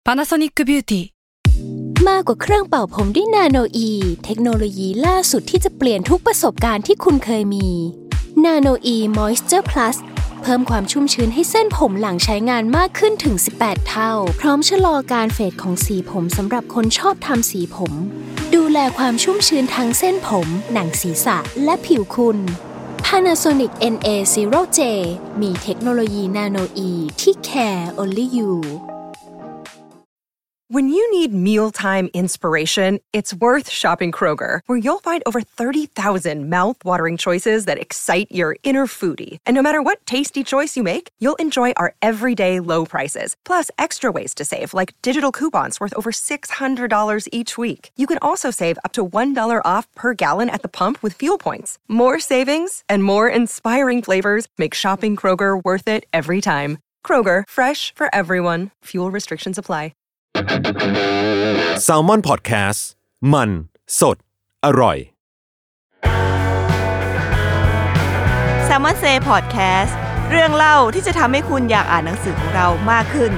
Panasonic Beauty มากกว่าเครื่องเป่าผมด้วยนาโนอีเทคโนโลยีล่าสุดที่จะเปลี่ยนทุกประสบการณ์ที่คุณเคยมีนาโนอีมอยส์เจอร์พลัสเพิ่มความชุ่มชื้นให้เส้นผมหลังใช้งานมากขึ้นถึง18เท่าพร้อมชะลอการเฟดของสีผมสำหรับคนชอบทำสีผมดูแลความชุ่มชื้นทั้งเส้นผมหนังศีรษะและผิวคุณ Panasonic NA0J มีเทคโนโลยีนาโนอีที่ care only you When you need mealtime inspiration, it's worth shopping Kroger, where you'll find over 30,000 mouth-watering choices that excite your inner foodie. And no matter what tasty choice you make, you'll enjoy our everyday low prices, plus extra ways to save, like digital coupons worth over $600 each week. You can also save up to $1 off per gallon at the pump with fuel points. More savings and more inspiring flavors make shopping Kroger worth it every time. Kroger, fresh for everyone. Fuel restrictions apply. Salmon Podcast มันสดอร่อย Salmon Say Podcast เรื่องเล่าที่จะทำให้คุณอยากอ่านหนังสือของเรามากขึ้น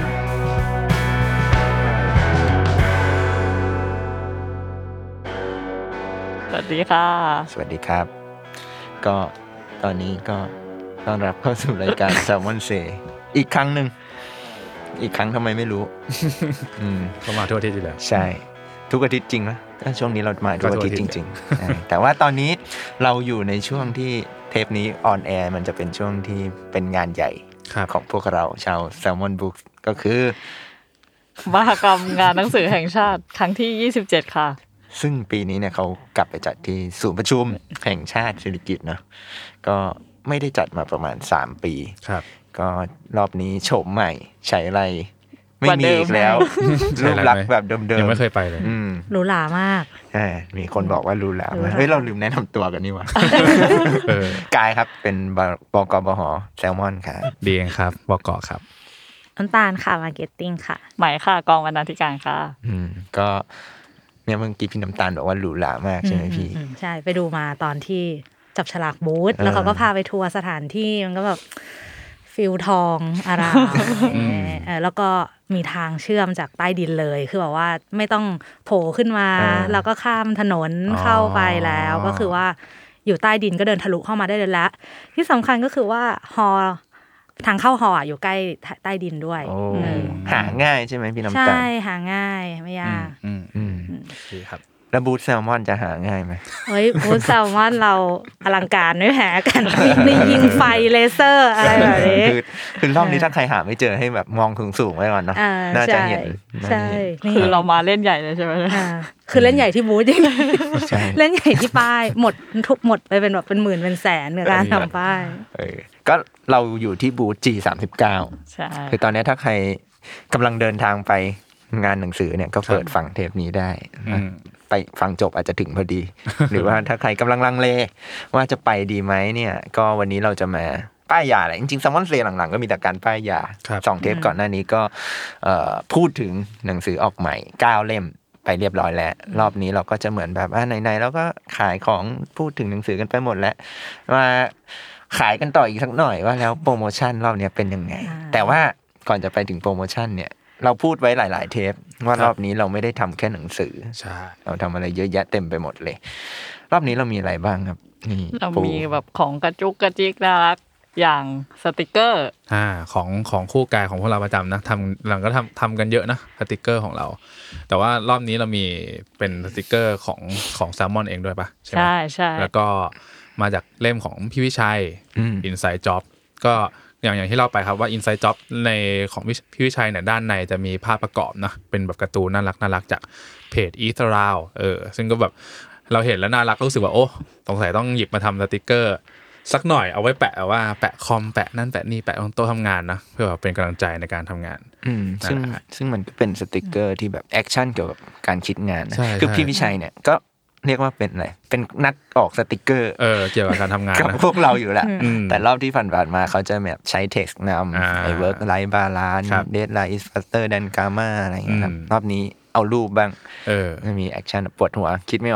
สวัสดีค่ะสวัสดีครับก็ตอนนี้ก็ต้อนรับเข้าสู่รายการ Salmon Say อีกครั้งหนึ่งอีกครั้งทำไมไม่รู้ก็มาทุกอาทิตย์อยู่แล้วใช่ทุกอาทิตย์จริงนะช่วงนี้เรามาทุกอาทิตย์จริงๆแต่ว่าตอนนี้เราอยู่ในช่วงที่เทปนี้ออนแอร์มันจะเป็นช่วงที่เป็นงานใหญ่ของพวกเราชาว Salmon Books ก็คือมหกรรมงานหนังสือแห่งชาติครั้งที่27ค่ะซึ่งปีนี้เนี่ยเขากลับไปจัดที่ศูนย์ประชุมแห่งชาติสิริกิติ์นะก็ไม่ได้จัดมาประมาณ3ปีครับก็รอบนี้โฉมใหม่ใช้อะไรไม่มีอีกแล้วรูปลักษณ์แบบเดิมๆยังไม่เคยไปเลยหรูหรามากมีคนบอกว่าหรูหราเฮ้ยเราลืมแนะนำตัวกันนี่หว่ากายครับเป็นบก.บห.แซลมอนครับดีเองครับบก.ครับน้ำตาลค่ะมาร์เก็ตติ้งค่ะไหมค่ะกองบรรณาธิการค่ะก็เนี่ยเมื่อกี้พี่น้ำตาลบอกว่าหรูหรามากใช่ไหมพี่ใช่ไปดูมาตอนที่จับฉลากบูธแล้วเขาก็พาไปทัวร์สถานที่มันก็แบบฟิลทองอารามแล้วก็มีทางเชื่อมจากใต้ดินเลยคือแบบว่าไม่ต้องโผล่ขึ้นมาแล้วก็ข้ามถนนเข้าไปแล้วก็คือว่าอยู่ใต้ดินก็เดินทะลุเข้ามาได้เลยละที่สำคัญก็คือว่าฮอทางเข้าฮออยู่ใกล้ใต้ดินด้วยหาง่ายใช่ไหมพี่น้ำตาลใช่หาง่ายไม่ยากดีครับแล้วบูธแซลมอนจะหาง่ายไหมเฮ้ยบูธแซลมอนเราอลังการไม่แพ้กันมียิงไฟเลเซอร์อะไรแบบนี้คือรอบนี้ถ้าใครหาไม่เจอให้แบบมองสูงๆไว้ก่อนเนาะน่าจะเห็นใช่คือเรามาเล่นใหญ่เลยใช่ไหมคือเล่นใหญ่ที่บูธจริงเล่นใหญ่ที่ป้ายหมดไปเป็นแบบเป็นหมื่นเป็นแสนในการทำป้ายก็เราอยู่ที่บูธ G39 ใช่คือตอนนี้ถ้าใครกำลังเดินทางไปงานหนังสือเนี่ยก็เปิดฟังเทปนี้ได้ไปฟังจบอาจจะถึงพอดี หรือว่าถ้าใครกำลังลังเลว่าจะไปดีไหมเนี่ยก็วันนี้เราจะมาป้ายยาแหละจริงๆซัมมอนเซหลังๆก็มีแต่การป้ายยา2เทปก่อนหน้านี้ก็พูดถึงหนังสือออกใหม่9เล่มไปเรียบร้อยแล้วรอบนี้เราก็จะเหมือนแบบไหนๆแล้วก็ขายของพูดถึงหนังสือกันไปหมดแล้วมาขายกันต่ออีกสักหน่อยว่าแล้วโปรโมชั่นรอบนี้เป็นยังไงแต่ว่าก่อนจะไปถึงโปรโมชั่นเนี่ยเราพูดไว้หลายๆเทปว่ารอบนี้เราไม่ได้ทำแค่หนังสือใช่เราทำอะไรเยอะแยะเต็มไปหมดเลยรอบนี้เรามีอะไรบ้างครับนี่เรามีแบบของกระจุกกระจิกน่ารักอย่างสติกเกอร์ของคู่กายของพวกเราประจำนะหลังก็ทำกันเยอะนะสติกเกอร์ของเราแต่ว่ารอบนี้เรามีเป็นสติกเกอร์ของแซลมอนเองด้วยปะใช่ใช่แล้วก็มาจากเล่มของพี่วิชัย Inside Job ก็อย่างที่เล่าไปครับว่า Inside Job ในของพี่วิชัยเนี่ยด้านในจะมีภาพประกอบนะเป็นแบบการ์ตูนน่ารักจากเพจ Eat Around ซึ่งก็แบบเราเห็นแล้วน่ารักรู้สึกว่าโอ้สงสัยต้องหยิบมาทำสติกเกอร์สักหน่อยเอาไว้แปะว่าแปะคอมแปะนั่นแปะนี่แปะบนโต๊ะทำงานนะเพื่อเป็นกำลังใจในการทำงานซึ่งมันก็เป็นสติกเกอร์ที่แบบแอคชั่นเกี่ยวกับการคิดงานนะคือพี่วิชัยเนี่ยก็เรียกว่าเป็นอะไรเป็นนักออกสติกเกอร์เกี่ยวกับการทำงานนะพวกเราอยู่แหละแต่รอบที่ผ่านมาเขาจะแบบใช้เท็กซ์นำไอ้ work life balance deadline is faster than gamma อะไรอย่างเงี้ยครับรอบนี้เอารูปบ้างมีแอคชั่นปวดหัวคิดไม่ออก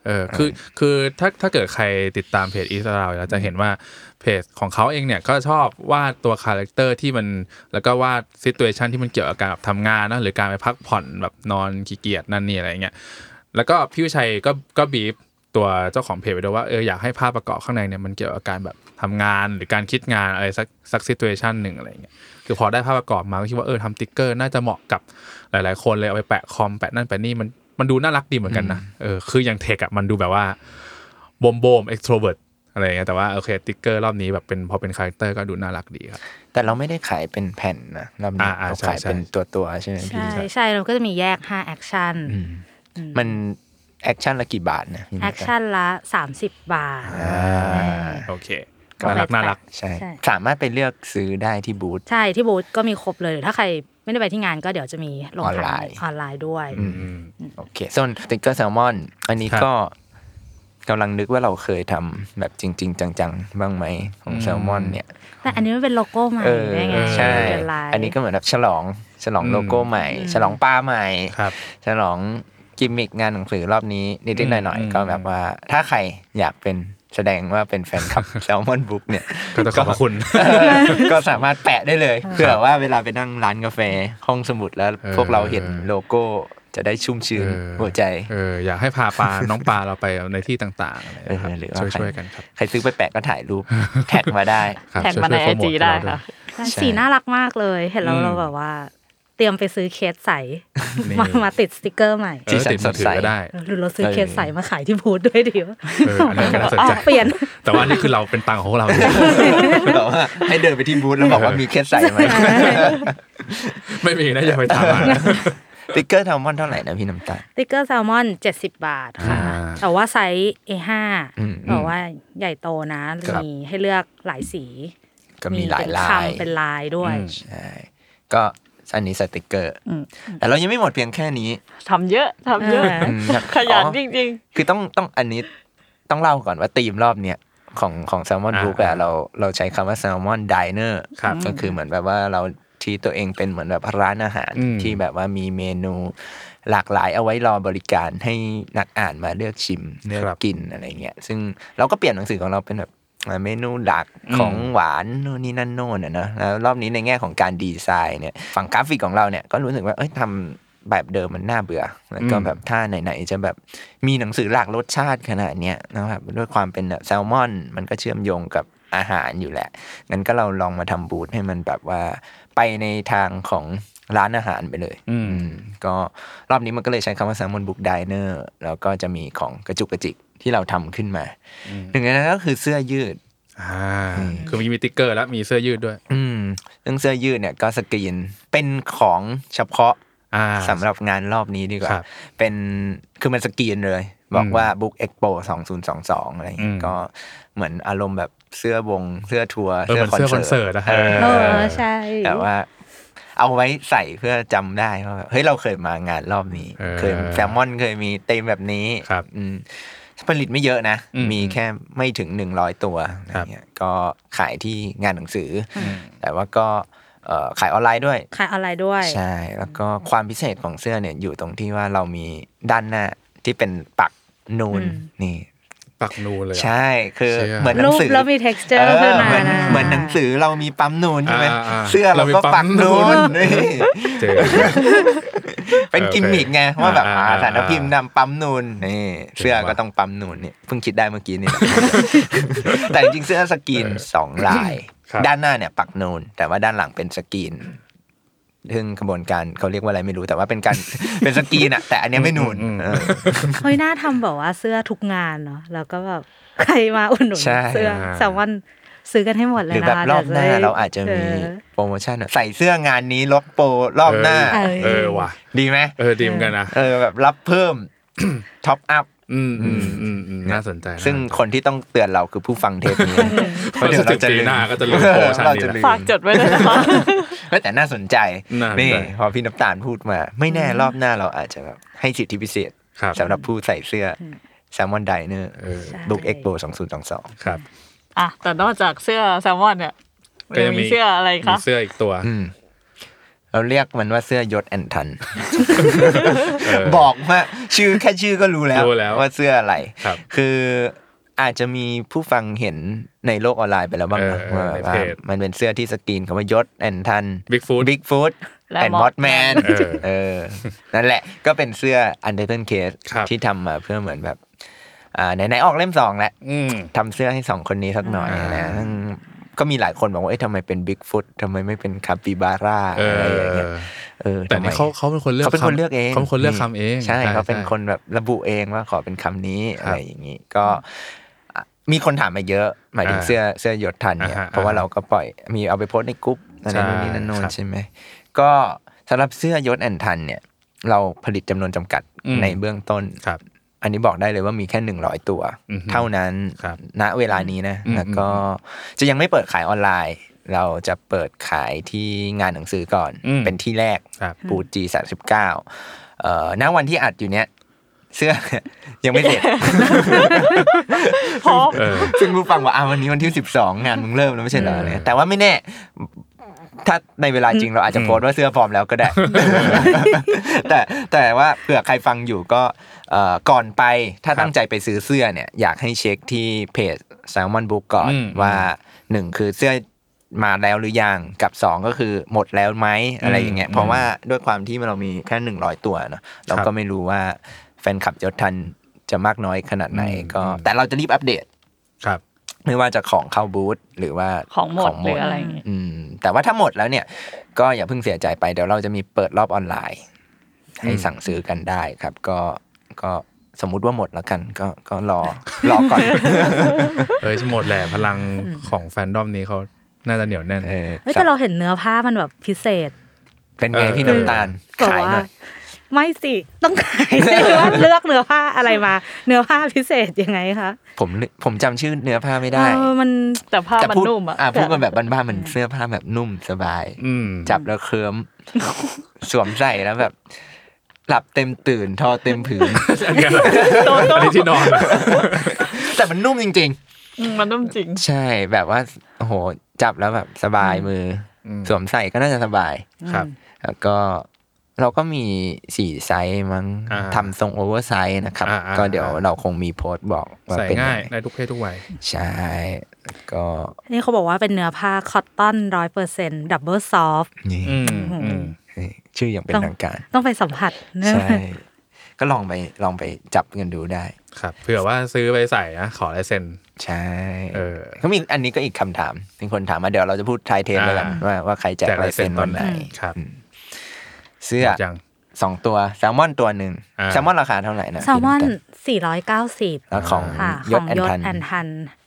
คือถ้าเกิดใครติดตามเพจอีสต์เราแล้วจะเห็นว่าเพจของเขาเองเนี่ยก็ชอบวาดตัวคาแรคเตอร์ที่มันแล้วก็วาดซิทูเอชั่นที่มันเกี่ยวกับการทำงานนะหรือการไปพักผ่อนแบบนอนขี้เกียจนั่นนี่อะไรเงี้ยแล้วก็พี่วิชัยก็บีฟตัวเจ้าของเพจไปด้วยว่าอยากให้ภาพประกอบข้างในเนี่ยมันเกี่ยวกับการแบบทำงานหรือการคิดงานอะไรสักซิทูเอชั่นหนึ่งอะไรเงี้ยคือพอได้ภาพประกอบมาก็คิดว่าทำติ๊กเกอร์น่าจะเหมาะกับหลายๆคนเลยเอาไปแปะคอมแปะนั่นแปะนี่มันดูน่ารักดีเหมือนกันนะคืออย่างเทคอะมันดูแบบว่าโบมเอ็กโทรเวิร์ตอะไรอย่างเงี้ยแต่ว่าโอเคติ๊กเกอร์รอบนี้แบบเป็นพอเป็นคาแรคเตอร์ก็ดูน่ารักดีครับแต่เราไม่ได้ขายเป็นแผ่นนะรอบนี้เราขายเป็นตัวใช่ไหมพี่ใช่เราก็จะมีแยก5แอคชั่นมันแอคชั่นละกี่บาทนะแอคชั่นละ30 บาทโอเคน่ารักใช่สามารถไปเลือกซื้อได้ที่บูธใช่ที่บูธก็มีครบเลยถ้าใครไม่ได้ไปที่งานก็เดี๋ยวจะมีลงขายออนไลน์ด้วยโอเคส่วนสติ๊กเกอร์แซลมอนอันนี้ก็กำลังนึกว่าเราเคยทำแบบจริงๆจังๆบ้างไหมของแซลมอนเนี่ยแต่อันนี้มันเป็นโลโก้ใหม่ได้ไงใช่อันนี้ก็เหมือนแบบฉลองโลโก้ใหม่ฉลองป้าใหม่ฉลองกิมมิกงานหนังสือรอบนี้นิดๆหน่อยๆก็แบบว่าถ้าใครอยากเป็นแสดงว่าเป็นแฟนคลับ Salmon Book เนี่ยก็ต้องขอบคุณก็สามารถแปะได้เลยเพื่อว่าเวลาไปนั่งร้านกาแฟห้องสมุดแล้วพวกเราเห็นโลโก้จะได้ชุ่มชื้นหัวใจอยากให้พาปลาน้องปลาเราไปในที่ต่างๆหรือช่วยกันครับใครซื้อไปแปะก็ถ่ายรูปแท็กมาได้แท็กมาใน IG ได้ค่ะสีน่ารักมากเลยเห็นแล้วเราแบบว่าเตรียมไปซื้อเคสใสมาติดสติกเกอร์ใหม่ติดสดใสก็ได้หรือเราซื้อเคสใสมาขายที่บูธด้วยดีวะอันนี้ก็น่าสนใจเปลี่ยนแต่ว่านี่คือเราเป็นตังของเราแต่ว่าให้เดินไปที่บูธแล้วบอกว่ามีเคสใสไหมไม่มีนะอย่าไปทำมาสติ๊กเกอร์แซลมอนเท่าไหร่นะพี่น้ำตาลสติ๊กเกอร์แซลมอน70 บาทค่ะแต่ว่าไซส์ A5 บอกว่าใหญ่โตนะมีให้เลือกหลายสีก็มีหลายลายเป็นลายด้วยใช่ก็อันนี้สติ๊กเกอร์แต่เรายังไม่หมดเพียงแค่นี้ทำเยอะขยันจริงๆคือต้องอันนี้ต้องเล่าก่อนว่าธีมรอบเนี้ยของ Salmon Book อ่ะเราใช้คำว่า Salmon Diner ก็คือเหมือนแบบว่าเราที่ตัวเองเป็นเหมือนแบบร้านอาหารที่แบบว่ามีเมนูหลากหลายเอาไว้รอบริการให้นักอ่านมาเลือกชิมเลือกกินอะไรเงี้ยซึ่งเราก็เปลี่ยนหนังสือของเราเป็นแบบเมนูหลักของหวานโน่นนี่นั่นโน่นนะแล้วรอบนี้ในแง่ของการดีไซน์เนี่ยฝั่งกราฟิกของเราเนี่ยก็รู้สึกว่าทำแบบเดิมมันน่าเบื่อแล้วก็แบบถ้าไหนๆจะแบบมีหนังสือหลากรสชาติขนาดเนี้ยนะครับด้วยความเป็นแซลมอนมันก็เชื่อมโยงกับอาหารอยู่แหละงั้นก็เราลองมาทำบูธให้มันแบบว่าไปในทางของร้านอาหารไปเลยก็รอบนี้มันก็เลยใช้คำว่า Salmon Book Diner แล้วก็จะมีของกระจุกกระจิกที่เราทำขึ้นมาหนึ่งในนั้นก็คือเสื้อยืดคือมีติ๊กเกอร์แล้วมีเสื้อยืดด้วยซึ่งเสื้อยืดเนี่ยก็สกรีนเป็นของเฉพาะสำหรับงานรอบนี้ดีกว่าเป็นคือมันสกรีนเลยบอกว่า Book Expo 2022อะไรอย่างเงี้ยก็เหมือนอารมณ์แบบเสื้อวงเสื้อทัวร์เสื้อคอนเสิร์ตใช่แต่ว่าเอาไว้ใส่เพื่อจำได้ว่าเฮ้ยเราเคยมางานรอบนี้เคยแซลมอนเคยมีเต็มแบบนี้ผลิตไม่เยอะนะมีแค่ไม่ถึง100ตัวอะไรเงี้ยก็ขายที่งานหนังสือแต่ว่าก็ขายออนไลน์ด้วยใช่แล้วก็ความพิเศษของเสื้อเนี่ยอยู่ตรงที่ว่าเรามีด้านหน้าที่เป็นปักนูนนี่ปักนูนเลยใช่คือเหมือนหนังสือแล้วมี texture ขึ้นมาเหมือนหนังสือเรามีปั๊มนูนใช่ไหมเสื้อเราก็ปักนูนเป็นกิมมิกไงว่าแบบสารพิมพ์นำปั๊มนูนนี่เสื้อก็ต้องปั๊มนูนนี่เพิ่งคิดได้เมื่อกี้นี่แต่จริงๆเสื้อสกรีน2ลายด้านหน้าเนี่ยปักนูนแต่ว่าด้านหลังเป็นสกรีนซึ่งกระบวนการเขาเรียกว่าอะไรไม่รู้แต่ว่าเป็นการเป็นสกรีนอะแต่อันนี้ไม่นูนเฮ้ยน่าทำแบบว่าเสื้อทุกงานเนาะแล้วก็แบบใครมาอุดหนุนเสื้อแซลมอนซื้อกันให้หมดเลยนะหรือแบบรอบหน้าเราอาจจะมีโปรโมชั่นใส่เสื้องานนี้ลดโปรรอบหน้าว่ะดีไหมดีเหมือนกันนะแบบรับเพิ่มท็อปอัพน่าสนใจซึ่งคนที่ต้องเตือนเราคือผู้ฟังเทปนี้เพราะเดี๋ยวเราจะลืมหน้าก็จะลืมโปรโมชั่นนี้ฝากจดไว้เลยนะคะแต่น่าสนใจนี่พอพี่น้ำตาลพูดมาไม่แน่รอบหน้าเราอาจจะแบบให้สิทธิพิเศษสำหรับผู้ใส่เสื้อ Salmon Diner Book Expo 2022 ครับแต่นอกจากเสื้อแซลมอนเนี่ยก็ยังมีเสื้ออะไรคะมีเสื้ออีกตัวเราเรียกมันว่าเสื้อยศแอนทันบอกว่าแค่ชื่อก็รู้แล้วว่าเสื้ออะไรคืออาจจะมีผู้ฟังเห็นในโลกออนไลน์ไปแล้วบ้างว่ามันเป็นเสื้อที่สกรีนคำว่ายศแอนทัน Big Foot and Mothman นั่นแหละก็เป็นเสื้อ Untitled Case ที่ทำมาเพื่อเหมือนแบบไหนๆออกเล่ม2แล้วทำเสื้อให้2คนนี้สักหน่อยนะก็มีหลายคนบอกว่าทำไมเป็น Big Foot ทำไมไม่เป็นคาปิบาร่าอะไรอย่างเงี้ยแต่นี่เขาเป็นคนเลือกเขาเป็นคนเลือกเองเขาเป็นคนเลือกคำเองใช่เขาเป็นคนแบบระบุเองว่าขอเป็นคำนี้อะไรอย่างงี้ก็มีคนถามมาเยอะหมายถึงเสื้อยศทันเนี่ยเพราะว่าเราก็ปล่อยมีเอาไปโพสในกลุ่มอะไรนู่นนี่นั่นโน่นใช่ไหมก็สำหรับเสื้อยศแอนทันเนี่ยเราผลิตจำนวนจำกัดในเบื้องต้นอันนี้บอกได้เลยว่ามีแค่100ตัวเท่านั้นณเวลานี้นะแล้วก็จะยังไม่เปิดขายออนไลน์เราจะเปิดขายที่งานหนังสือก่อนเป็นที่แรกบูธ G39 ณวันที่อัดอยู่เนี้ยเสื้อยังไม่เสร็จพร้อมซึ่งผู้ฟังว่าวันนี้วันที่12งานมึงเริ่มแล้วไม่ใช่เหรอเนี่ยแต่ว่าไม่แน่ถ้าในเวลาจริงเราอาจจะโพสต์ว่าเสื้อพร้อมแล้วก็ได้ แต่ว่าเผื่อใครฟังอยู่ก็ก่อนไปถ้าตั้งใจไปซื้อเสื้อเนี่ยอยากให้เช็คที่เพจ Salmon Book ก่อนว่า1คือเสื้อมาแล้วหรือยังกับ2ก็คือหมดแล้วไหมอะไรอย่างเงี้ยเพราะว่าด้วยความที่เรามีแค่100ตัวเนาะเราก็ไม่รู้ว่าแฟนคลับยศทันจะมากน้อยขนาดไหนก็แต่เราจะรีบอัปเดตครับไม่ว่าจะของเข้าบูธหรือว่าของหมดหรืออะไรอย่างเงี้ยแต่ว่าถ้าหมดแล้วเนี่ยก็อย่าเพิ่งเสียใจไปเดี๋ยวเราจะมีเปิดรอบออนไลน์ให้สั่งซื้อกันได้ครับก็สมมุติว่าหมดแล้วกันก็รอก่อนหมดแหละพลังของแฟนดอมนี้เขาน่าจะเหนียวแน่นแต่เราเห็นเนื้อผ้ามันแบบพิเศษเป็นไงพี่น้ำตาลขายหน่อยไม่สิต้องขายใช่ไหมว่าเลือกเนื้อผ้าอะไรมาเนื้อผ้าพิเศษยังไงคะผมจำชื่อเนื้อผ้าไม่ได้มันแต่ผ้ามันนุ่มพูดกันแบบบ้านๆมันเสื้อผ้าแบบนุ่มสบายจับแล้วเคลิ้มสวมใส่แล้วแบบหลับเต็มตื่นทอเต็มผืนอันนี้ที่นอนแต่มันนุ่มจริงๆมันนุ่มจริงใช่แบบว่าโอ้โหจับแล้วแบบสบายมือสวมใส่ก็น่าจะสบายครับแล้วก็เราก็มี4ไซส์มั้งทำทรงโอเวอร์ไซส์นะครับก็เดี๋ยวเราคงมีโพสต์บอกว่าเป็นง่ายได้ทุกเพศทุกวัยใช่ก็นี่เขาบอกว่าเป็นเนื้อผ้าคอตตอน 100% ดับเบิลซอฟต์ชื่ออย่างเป็นทางการต้องไปสัมผัสใช่ก็ลองไปจับกันดูได้ครับเผื่อว่าซื้อไปใส่นะขอลายเซ็นใช่เขามีอันนี้ก็อีกคำถามมีคนถามมาเดี๋ยวเราจะพูดไทยเทนแล้วกันว่าใครแจกลายเซ็นตอนไหนครับเสื้อ2ตัวแซลมอนตัวนึงแซลมอนราคาเท่าไหร่นะแซลมอน490 แล้วของยศแอนทัน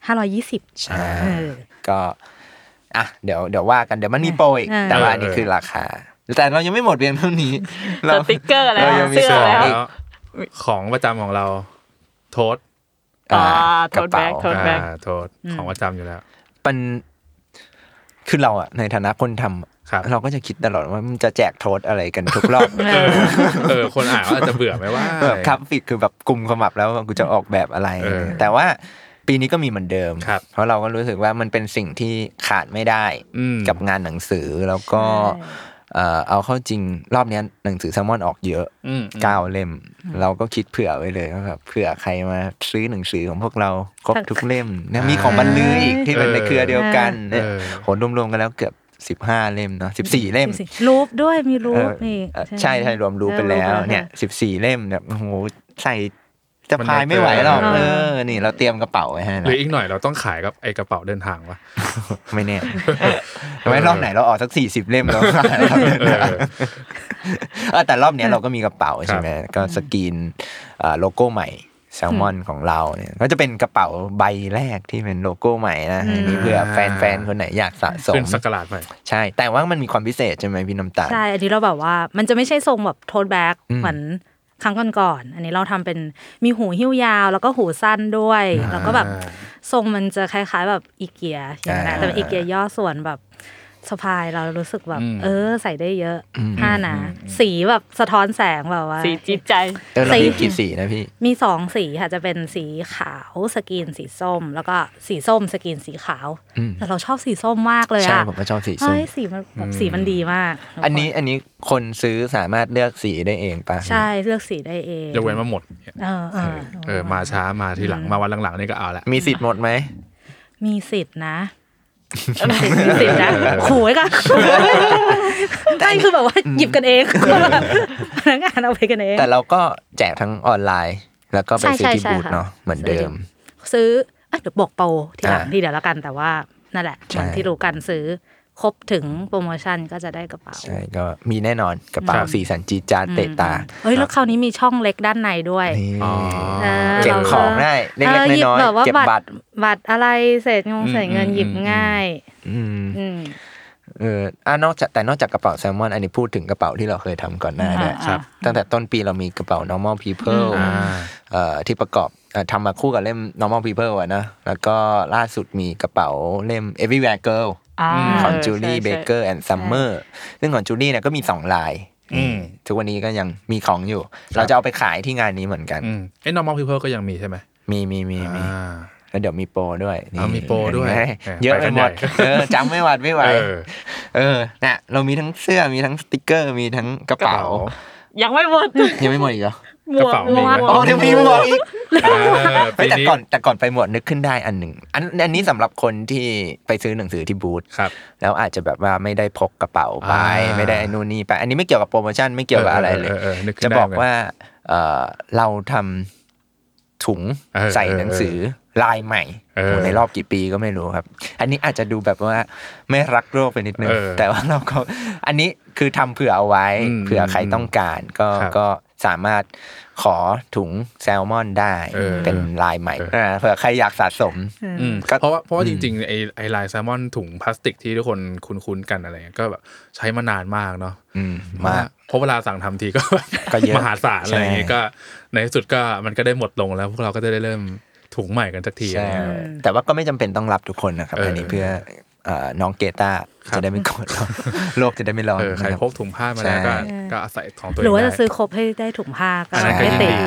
520 ใช่ก็เดี๋ยวว่ากันเดี๋ยวมันมีโปรอีกแต่ว่าอันนี้คือราคาแต่เรายังไม่หมดเพียงเท่านี้สติ๊กเกอร์แล้วเสื้อแล้วของประจำของเราโทสโทสแบ็คโทสของประจำอยู่แล้วเป็นคือเราในฐานะคนทำเราก็จะคิดตลอดว่ามันจะแจกโทสอะไรกันทุกรอบคนอ่านว่าจะเบื่อไหมว่าครับฟิกคือแบบกลุ่มขมับแล้วกูจะออกแบบอะไรแต่ว่าปีนี้ก็มีเหมือนเดิมเพราะเราก็รู้สึกว่ามันเป็นสิ่งที่ขาดไม่ได้กับงานหนังสือแล้วก็เอาเข้าจริงรอบนี้หนังสือแซลมอนออกเยอะ9เล่มเราก็คิดเผื่อไว้เลยว่าแบบเผื่อใครมาซื้อหนังสือของพวกเราครบทุกเล่มนะมีของบรรลืออีกที่เป็นในเครือเดียวกันโหรวมๆกันแล้วเกือบ15เล่มเนาะ14เล่มรูปด้วยมีรูปนี่ใช่รวมรูปไปแล้วเนี่ย14เล่มแบบโอ้โหใส่จะพายไม่ไหวหรอกนี่เราเตรียมกระเป๋าไว้ให้หรืออีกหน่อยเราต้องขายกับไอ้กระเป๋าเดินทางวะไม่แน่ไว้รอบไหนเราออกสัก40เล่มแล้วแต่รอบนี้เราก็มีกระเป๋าใช่ไหมก็สกรีนโลโก้ใหม่แซลมอนของเราเนี่ยก็จะเป็นกระเป๋าใบแรกที่เป็นโลโก้ใหม่นะนี่เพื่อแฟนๆคนไหนอยากสะสมเป็นสักราชใหม่ใช่แต่ว่ามันมีความพิเศษใช่ไหมพี่น้ำตาลใช่อันนี้เราแบบว่ามันจะไม่ใช่ทรงแบบโทสแบ็คเหมือนครั้งก่อนๆอันนี้เราทำเป็นมีหูหิ้วยาวแล้วก็หูสั้นด้วยแล้วก็แบบทรงมันจะคล้ายๆแบบอีเกียอย่างนั้นแต่เป็นอีเกียย่อส่วนแบบสะพายเรารู้สึกแบบใส่ได้เยอะผ้าหนาสีแบบสะท้อนแสงแบบว่าสีจิ๊บใจเรามีกี่สีนะพี่มี2สีค่ะจะเป็นสีขาวสกรีนสีส้มแล้วก็สีส้มสกรีนสีขาวแต่เราชอบสีส้มมากเลยอ่ะใช่ผมก็ชอบสีส้มสีมันแบบสีมันดีมากอันนี้คนซื้อสามารถเลือกสีได้เองป่ะใช่เลือกสีได้เองยกเว้นมาหมดมาช้ามาทีหลังมาวันหลังๆนี่ก็เอาละมีสิทธิ์หมดไหมมีสิทธิ์นะมีสิทธิ์นะขู่ไว้ก่อนไม่คือแบบว่าหยิบกันเองพนักงานเอาไปกันเองแต่เราก็แจกทั้งออนไลน์แล้วก็ไปซื้อที่บูธเนาะเหมือนเดิมซื้อเดี๋ยวบอกโปรทีหลังที่เดี๋ยวแล้วกันแต่ว่านั่นแหละเหมือนที่รู้กันซื้อครบถึงโปรโมชั่นก็จะได้กระเป๋าใช่ก็มีแน่นอนกระเป๋าสีสันจีจาเตะตาแล้วคราวนี้มีช่องเล็กด้านในด้วยเก็บของได้เล็กๆน้อยๆเก็บบัตรอะไรเศษเงินหยิบง่ายนอกจากกระเป๋าแซลมอนอันนี้พูดถึงกระเป๋าที่เราเคยทำก่อนหน้าด้วยตั้งแต่ต้นปีเรามีกระเป๋า normal people ที่ประกอบทำมาคู่กับเล่ม normal people อ่ะนะแล้วก็ล่าสุดมีกระเป๋าเล่ม everywhere girlของจูลี่เบเกอร์แอนด์ซัมเมอร์ซึ่งของจูลี่เนี่ยก็มี2ลายทุกวันนี้ก็ยังมีของอยู่เราจะเอาไปขายที่งานนี้เหมือนกัน normal people ก็ยังมีใช่ไหมมีแล้วเดี๋ยวมีโปรด้วยมีโปรด้วยเยอะไปหมดจำไม่หวัดไม่ไหวเนี่ยเรามีทั้งเสื้อมีทั้งสติกเกอร์มีทั้งกระเป๋ายังไม่หมดอีกเหรอหมวกยังมีหมวกอีกแต่ก่อนไปหมวกนึกขึ้นได้อันหนึ่งอันนี้สำหรับคนที่ไปซื้อหนังสือที่บูธแล้วอาจจะแบบว่าไม่ได้พกกระเป๋าไปไม่ได้นู่นนี่ไปอันนี้ไม่เกี่ยวกับโปรโมชั่นไม่เกี่ยวกับอะไรเลยจะบอกว่าเราทำถุงใส่หนังสือลายใหม่ในรอบกี่ปีก็ไม่รู้ครับอันนี้อาจจะดูแบบว่าไม่รักโลกไปนิดนึงแต่ว่าเราก็อันนี้คือทำเผื่อเอาไว้เผื่อใครต้องการก็สามารถขอถุงแซลมอนได้เป็นลายใหม่เผื่อใครอยากสะสมเพราะว่าจริงๆไอ้ลายแซลมอนถุงพลาสติกที่ทุกคนคุ้นๆกันอะไรก็แบบใช้มานานมากเนาะมากเพราะเวลาสั่งทำทีก็มหาศาลอะไรอย่างงี้ก็ในที่สุดก็มันก็ได้หมดลงแล้วพวกเราก็จะได้เริ่มถุงใหม่กันสักทีแต่ว่าก็ไม่จำเป็นต้องรับทุกคนนะครับอันนี้เพื่อน้องเกต้าจะได้ไม่กดโลกจะได้ไม่ร้อนใครพกถุงผ้ามาแล้วก็อาศัยของตัวเองหรือว่าจะซื้อครบให้ได้ถุงผ้าก็ไม่ติด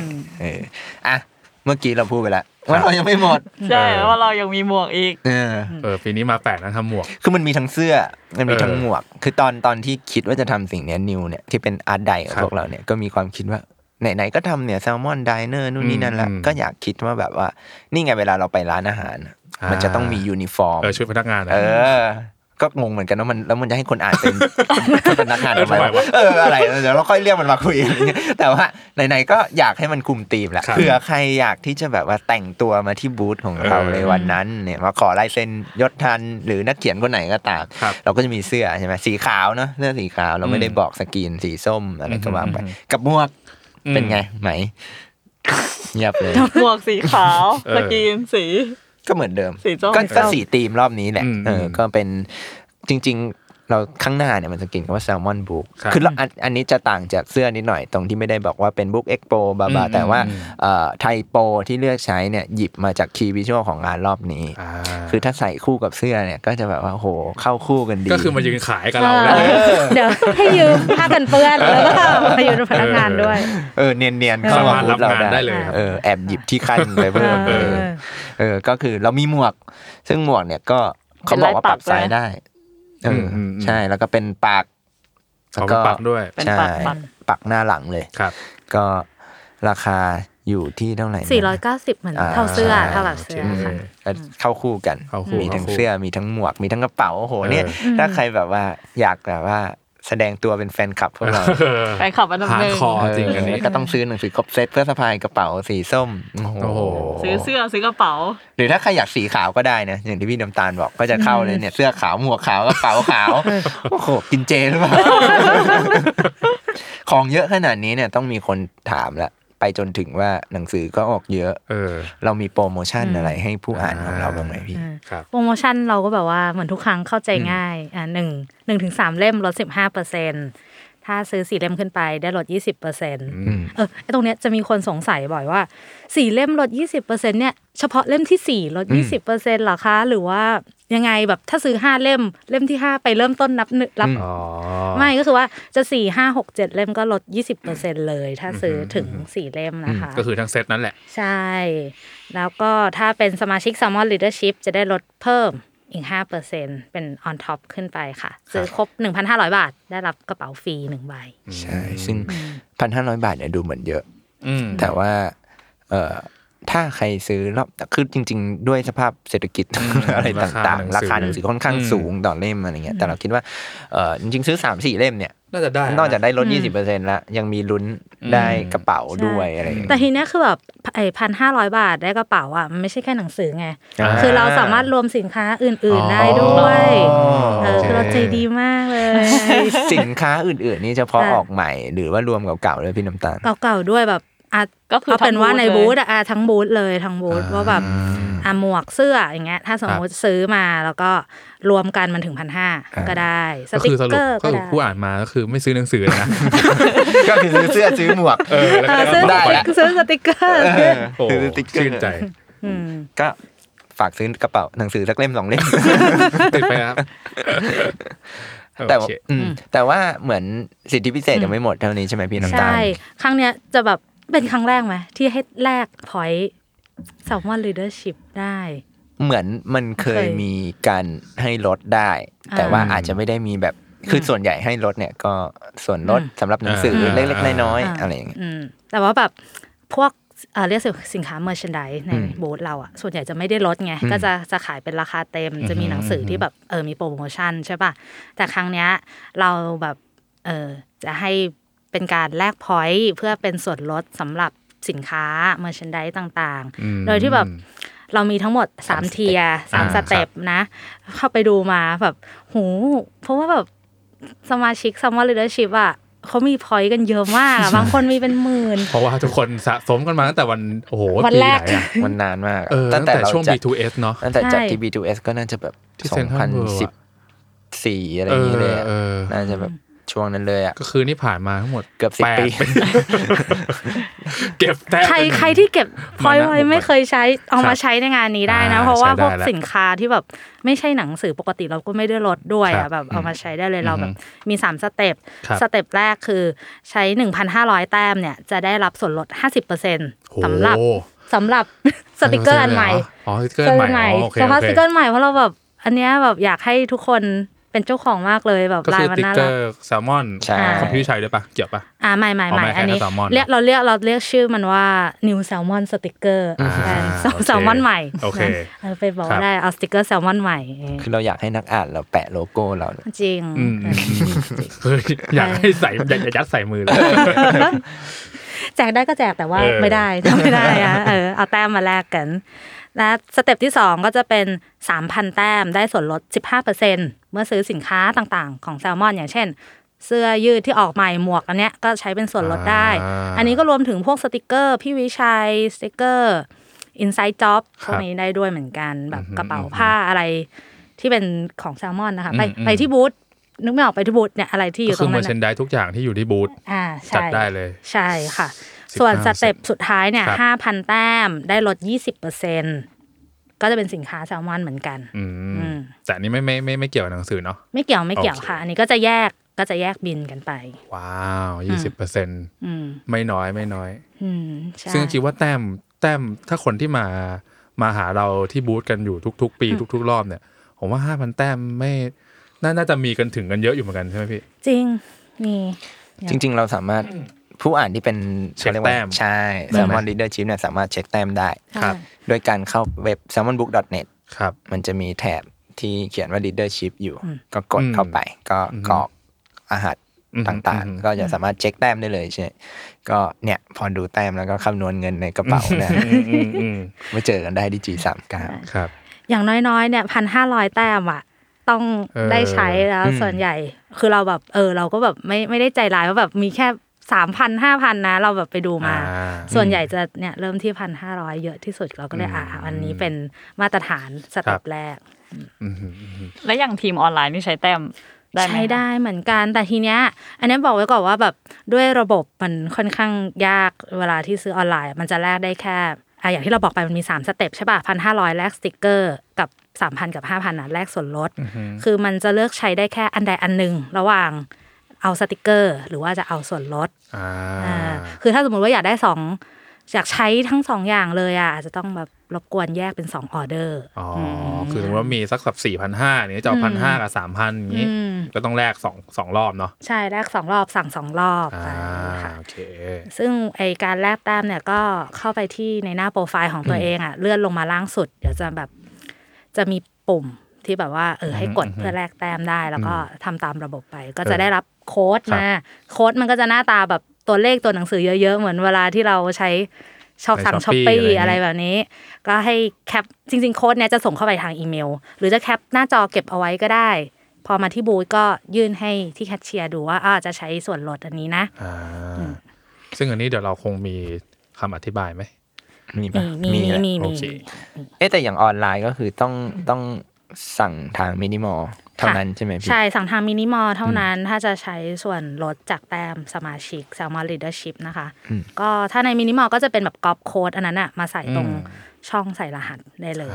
เมื่อกี้เราพูดไปแล้วว่าเรายังไม่หมดใช่ว่าเรายังมีหมวกอีกปีนี้มาแปลกนะทำหมวกคือมันมีทั้งเสื้อมันมีทั้งหมวกคือตอนที่คิดว่าจะทำสิ่งนี้นิวเนี่ยที่เป็นอาร์ตไดของพวกเราเนี่ยก็มีความคิดว่าไหนๆก็ทำเนี่ยแซลมอนไดเนอร์นู่นนี่นั่นแล้วก็อยากคิดว่าแบบว่านี่ไงเวลาเราไปร้านอาหารมันจะต้องมียูนิฟอร์มชุดพนักงานก็งงเหมือนกันว่ามันจะให้คนอ่านเป็นพนักงานทำไมอะไรเดี๋ยวเราค่อยเรียกมันมาคุยแต่ว่าไหนๆก็อยากให้มันคุมธีมแหละเผื่อใครอยากที่จะแบบว่าแต่งตัวมาที่บูธของเราในวันนั้นเนี่ยมาขอลายเซ็นยศทันหรือนักเขียนคนไหนก็ตามเราก็จะมีเสื้อใช่ไหมสีขาวเนาะเสื้อสีขาวเราไม่ได้บอกสกรีนสีส้มอะไรก็ว่าไปกับหมวกเป็นไงไหมเงียบเลยหมวกสีขาวสกรีนสีก็เหมือนเดิมก็สีธีมรอบนี้แหละก็เป็นจริงๆเราข้างหน้าเนี่ยมันจะกินคำว่าแซลมอนบุ๊กคืออันนี้จะต่างจากเสื้อนิดหน่อยตรงที่ไม่ได้บอกว่าเป็นบุ๊กเอ็กโปบาแต่ว่าไทโปที่เลือกใช้เนี่ยหยิบมาจากคีย์วิชวลของงานรอบนี้คือถ้าใส่คู่กับเสื้อเนี่ยก็จะแบบว่าโหเข้าคู่กันดีก็คือมายืนขายกับเราเลยเดี๋ยวให้ยืมผ้ากันเปื้อนแล้วก็มายืนพนักงานด้วยเนียนๆเข้ามารับงานได้เลยแอบหยิบที่ขั้นไปเพิ่มก็คือเรามีหมวกซึ่งหมวกเนี่ยก็เขาบอกว่าปรับไซส์ได้ใช่แล้วก็เป็นปากแล้วก็ปักด้วยเป็นปักหน้าหลังเลยครับก็ราคาอยู่ที่เท่าไหร่ 490เหมือนเท่าเสื้อเท่ากับเสื้อค่ะเข้าคู่กันมีทั้งเสื้อมีทั้งหมวกมีทั้งกระเป๋าโอ้โหเนี่ยถ้าใครแบบว่าอยากแบบว่าแสดงตัวเป็นแฟนคลับพวกเราแฟนคลับอันดับ 1 คอจริงอันนี้ก็ต้องซื้อหนังสือครบเซตเพื่อสะพายกระเป๋าสีส้มโอ้โหซื้อเสื้อซื้อกระเป๋าหรือถ้าใครอยากสีขาวก็ได้นะอย่างที่พี่น้ำตาลบอกก็จะเข้าเลยเนี่ยเสื้อขาวหมวกขาวกระเป๋าขาวโอ้โหกินเจหรือเปล่าของเยอะขนาดนี้เนี่ยต้องมีคนถามละไปจนถึงว่าหนังสือก็ออกเยอะเรามีโปรโมชั่นอะไรให้ผู้อ่านของเราบ้างไหมพี่โปรโมชั่นเราก็แบบว่าเหมือนทุกครั้งเข้าใจง่าย1 ถึง 3 เล่มลด 15%ถถ้าซื้อ4เล่มขึ้นไปได้ลด 20%ไอ้ตรงเนี้ยจะมีคนสงสัยบ่อยว่า4เล่มลด 20% เนี่ยเฉพาะเล่มที่4ลด 20% เหรอคะหรือว่ายังไงแบบถ้าซื้อ5เล่มที่5ไปเริ่มต้นนับไม่ก็คือว่าจะ4 5 6 7เล่มก็ลด 20% เลยถ้าซื้อถึง4เล่มนะคะก็คือทั้งเซตนั่นแหละใช่แล้วก็ถ้าเป็นสมาชิก Salmon Leadership จะได้ลดเพิ่มอีก 5% เป็น on top ขึ้นไปค่ะซื้อครบ 1,500 บาทได้รับกระเป๋าฟรี1ใบใช่ซึ่ง 1,500 บาทเนี่ยดูเหมือนเยอะแต่ว่าถ้าใครซื้อรอบคือจริงๆด้วยสภาพเศรษฐกิจอะไรต่างๆราคาหนังสือค่อนข้างสูงต่อเล่มอะไรเงี้ยแต่เราคิดว่าจริงๆซื้อ 3-4 เล่มเนี่ยน่าจะได้นอกจากได้ลด 20% แล้วยังมีลุ้นได้กระเป๋าด้วยอะไรอย่างเงี้ยแต่ทีเนี้ยคือแบบไอ้ 1,500 บาทได้กระเป๋าอ่ะมันไม่ใช่แค่หนังสือไงคือเราสามารถรวมสินค้าอื่นๆได้ด้วยคือเราใจดีมากเลยสินค้าอื่นๆนี่เฉพาะออกใหม่หรือว่ารวมเก่าๆด้วยพี่น้ำตาลเก่าๆด้วยแบบก็คือเป็นว่าในบูธทั้งบูธเลยทั้งบูธว่าแบบหมวกเสื้ออย่างเงี้ยถ้าสมมติซื้อมาแล้วก็รวมกันมันถึง 1,500 ก็ได้สติ๊กเกอร์ก็ได้ผู้อ่านมาก็คือไม่ซื้อหนังสือนะก็คือซื้อเสื้อซื้อหมวกซื้อสติ๊กเกอร์ซื้อสติ๊กเกอร์ชื่นใจก็ฝากซื้อกระเป๋าหนังสือสักเล่ม2เล่มติดไปครับแต่ว่าเหมือนสิทธิพิเศษยังไม่หมดเท่านี้ใช่ไหมพี่น้ำตาลใช่ครั้งเนี้ยจะแบบเป็นครั้งแรกไหมที่ให้แลก point Salmon Leadership ได้เหมือนมันเคยมีการให้ลดได้แต่ว่าอาจจะไม่ได้มีแบบคือส่วนใหญ่ให้ลดเนี่ยก็ส่วนลดสำหรับหนังสือเล็กๆน้อยๆอะไรอย่างเงี้ยแต่ว่าแบบพวกเรียกสินค้า merchandise ในบูธเราอ่ะส่วนใหญ่จะไม่ได้ลดไงก็จะขายเป็นราคาเต็มจะมีหนังสือที่แบบมีโปรโมชั่นใช่ป่ะแต่ครั้งเนี้ยเราแบบจะให้เป็นการแลก point เพื่อเป็นส่วนลดสำหรับสินค้า merchandise ต่างๆโดยที่แบบเรามีทั้งหมด3เทียร์3สเต็ปนะเข้าไปดูมาแบบโหเพราะว่าแบบสมาชิก Salmon Leadership อ่ะเขามี point กันเยอะมากอ่ะบางคนมีเป็นหมื่นเพราะว่าทุกคนสะสมกันมาตั้งแต่วันโอ้โหวันแรกมันนานมากตั้งแต่ช่วง B2S เนาะตั้งแต่จัดที่ B2S ก็น่าจะแบบ2014อะไรอย่างเงี้ยเลยน่าจะแบบช่วงนั้นเลยอ่ะก็คือนี่ผ่านมาทั้งหมดเกือบ10 ปีเก็บแต้มใครที่เก็บพอยไว้ไม่เคยใช้เอามาใช้ในงานนี้ได้นะเพราะว่าพวกสินค้าที่แบบไม่ใช่หนังสือปกติเราก็ไม่ได้ลดด้วยอ่ะแบบเอามาใช้ได้เลยเราแบบมี3สเต็ปสเต็ปแรกคือใช้ 1,500 แต้มเนี่ยจะได้รับส่วนลด 50% สำหรับสติกเกอร์อันใหม่สติกเกอร์ใหม่เฉพาะสติกเกอร์ใหม่เพราะเราแบบอันเนี้ยแบบอยากให้ทุกคนเป็นเจ้าของมากเลยแบบลายมันน่ารักก็คือสติ๊กเกอร์แซลมอนของพี่ชัยด้วยป่ะเกี่ยวป่ะไม่อันนี้เราเรียกชื่อมันว่า New Salmon Sticker แซลมอนใหม่โอเคไปบอกได้เอาสติ๊กเกอร์แซลมอนใหม่คือเราอยากให้นักอ่านเราแปะโลโก้เราจริงอยากให้ใส่ยัดใส่มือเลยแจกได้ก็แจกแต่ว่าไม่ได้อะเอาแต้มมาแลกกันและสเต็ปที่2ก็จะเป็น 3,000 แต้มได้ส่วนลด 15% เมื่อซื้อสินค้าต่างๆของแซลมอนอย่างเช่นเสื้อยืดที่ออกใหม่หมวกอันเนี้ยก็ใช้เป็นส่วนลดได้อันนี้ก็รวมถึงพวกสติกเกอร์พี่วิชัยสติกเกอร์ Inside Job พวกนี้ได้ด้วยเหมือนกันแบบกระเป๋าผ้าอะไรที่เป็นของแซลมอนนะคะไปที่บูธนึกไม่ออกไปที่บูธเนี่ยอะไรที่อยู่ตรงนั้นคือMerchandiseทุกอย่างที่อยู่ที่บูธจัดได้เลยใช่ค่ะส่วนสเต็ปสุดท้ายเนี่ย 5,000 แต้มได้ลด 20% ก็จะเป็นสินค้าแซลมอนเหมือนกันแต่อันนี้ไม่เกี่ยวกับหนังสือเนาะไม่เกี่ยวค่ะอันนี้ก็จะแยกบินกันไปว้าว 20% ไม่น้อยซึ่งคิดว่าแต้มถ้าคนที่มาหาเราที่บูธกันอยู่ทุกๆปีทุกๆรอบเนี่ยผมว่า 5,000 แต้มไม่น่าจะมีกันถึงกันเยอะอยู่เหมือนกันใช่ไหมพี่จริงมีจริงๆเราสามารถผู้อ่านที่เป็นเช็คแต้มใช่ Salmon Leadership เนี่ยสามารถเช็คแต้มได้โดยการเข้าเว็บ salmonbook.net ครับมันจะมีแถบที่เขียนว่า Leadership อยู่ก็กดเข้าไปก็กรอกอาหารต่างๆก็จะสามารถเช็คแต้มได้เลยใช่ก็เนี่ยพอดูแต้มแล้วก็คำนวณเงินในกระเป๋าเนี่ยมาเจอกันได้ที่ G39 ครับอย่างน้อยๆเนี่ย 1,500 แต้มอ่ะต้องได้ใช้แล้วส่วนใหญ่คือเราแบบเราก็แบบไม่ได้ใจร้ายว่าแบบมีแค่ 3,000 5,000 นะเราแบบไปดูมาส่วนใหญ่จะเนี่ยเริ่มที่ 1,500 เยอะที่สุดเราก็เลยอันนี้เป็นมาตรฐานสเต็ปแรกแล้วอย่างทีมออนไลน์นี่ใช้แต้มใช้ได้เหมือนกันแต่ทีเนี้ยอันนี้บอกไว้ก่อนว่าแบบด้วยระบบมันค่อนข้างยากเวลาที่ซื้อออนไลน์มันจะแลกได้แค่อย่างที่เราบอกไปมันมี3สเต็ปใช่ป่ะ 1,500 แลกสติกเกอร์กับ 3,000 กับ 5,000 น่ะแลกส่วนลดคือมันจะเลือกใช้ได้แค่อันใดอันหนึ่งระหว่างเอาสติกเกอร์หรือว่าจะเอาส่วนลดคือถ้าสมมุติว่าอยากได้อยากใช้ทั้ง2อย่างเลยอาจจะต้องแบบรบกวนแยกเป็น2ออเดอร์คือสมมติว่ามีสักแบบ 4,500 นี่จะเอา 1,500 กับ 3,000 อย่างงี้ก็ต้องแลก2รอบเนาะใช่แลก2รอบสั่ง2รอบค่ะโอเคซึ่งไอการแลกแต้มเนี่ยก็เข้าไปที่ในหน้าโปรไฟล์ของตัวเองเลื่อนลงมาล่างสุดเดี๋ยวจะมีปุ่มที่แบบว่าให้กดเพื่อแลกแต้มได้แล้วก็ทำตามระบบไปก็จะได้รับโค้ดมาโค้ดมันก็จะหน้าตาแบบตัวเลขตัวหนังสือเยอะๆเหมือนเวลาที่เราใช้ชอบสั่ง Shopee อะไรแบบนี้ก็ให้แคปจริงๆโค้ดเนี้ยจะส่งเข้าไปทางอีเมลหรือจะแคปหน้าจอเก็บเอาไว้ก็ได้พอมาที่บูธก็ยื่นให้ที่แคชเชียร์ดูว่าจะใช้ส่วนลดอันนี้นะซึ่งอันนี้เดี๋ยวเราคงมีคำอธิบายไหมมีโอเคแต่อย่างออนไลน์ก็คือต้องสั่งทางมินิมอลเท่านั้นใช่ไหมพี่ใช่สั่งทางมินิมอลเท่านั้นถ้าจะใช้ส่วนลดจากแต้มสมาชิก Salmon Leadership นะคะก็ถ้าในมินิมอลก็จะเป็นแบบก๊อปโค้ดอันนั้นน่ะมาใส่ตรงช่องใส่รหัสได้เลย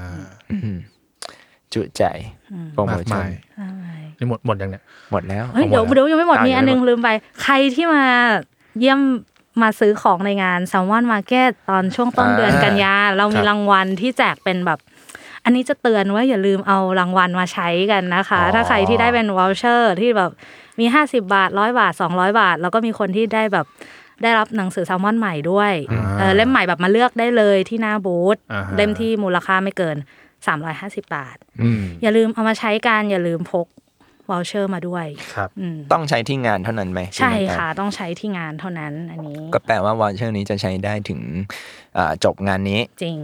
จุใจโปรโมชั่นนี่หมดยังเนี่ยหมดแล้วเดี๋ยวยังไม่หมดมีอันนึงลืมไปใครที่มาเยี่ยมมาซื้อของในงาน Salmon Market ตอนช่วงต้นเดือนกันยาเรามีรางวัลที่แจกเป็นแบบอันนี้จะเตือนว่าอย่าลืมเอารางวัลมาใช้กันนะคะถ้าใครที่ได้เป็นวอลเชอร์ที่แบบมี50บาท100บาท200บาทแล้วก็มีคนที่ได้แบบได้รับหนังสือแซลมอนใหม่ด้วยเล่มใหม่แบบมาเลือกได้เลยที่หน้าบูธเล่มที่มูลค่าไม่เกิน350บาทอย่าลืมเอามาใช้กันอย่าลืมพกวอลเชอร์มาด้วยต้องใช้ที่งานเท่านั้นไหมใช่ค่ะต้องใช้ที่งานเท่านั้นอันนี้ก็แปลว่าวอลเชอร์นี้จะใช้ได้ถึงจบงานนี้จริง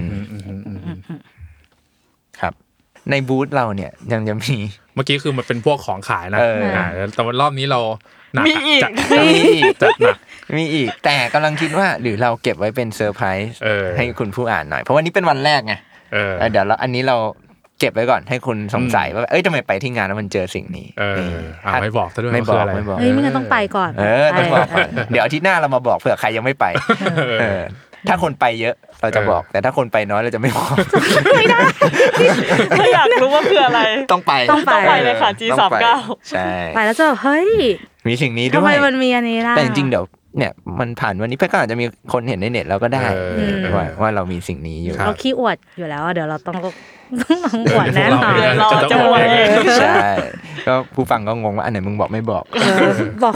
ครับในบูธเราเนี่ยยังจะมีเมื่อกี้คือมันเป็นพวกของขายนะแต่ว่ารอบนี้เราหนักจัดหนักมีอีกแต่กำลังคิดว่าหรือเราเก็บไว้เป็นเซอร์ไพรส์ให้คุณผู้อ่านหน่อยเพราะวันนี้เป็นวันแรกไงเดี๋ยวอันนี้เราเก็บไว้ก่อนให้คุณสงสัยว่าทำไมไปที่งานแล้วมันเจอสิ่งนี้ไม่บอกซะด้วยไม่บอกเฮ้ยไม่ต้องไปก่อนต้องบอกเดี๋ยวอาทิตย์หน้าเรามาบอกเผื่อใครยังไม่ไปถ้าคนไปเยอะเราจะบอกแต่ถ้าคนไปน้อยเราจะไม่บอกไม่ได้ถ้าอยากรู้ว่าคืออะไรต้องไปเลยค่ะ G39 ใช่ไปแล้วจะเฮ้ยมีสิ่งนี้ด้วยทำไมมันมีอันนี้ล่ะแต่จริงๆเดี๋ยวเนี่ยมันผ่านวันนี้ไปก็อาจจะมีคนเห็นในเน็ตแล้วก็ได้ว่าเรามีสิ่งนี้อยู่เราขี้อวดอยู่แล้วเดี๋ยวเราต้องอวดแน่นอนเราจะอวดเองใช่ก็ผู้ฟังก็งงว่าอันไหนมึงบอกไม่บอกบอก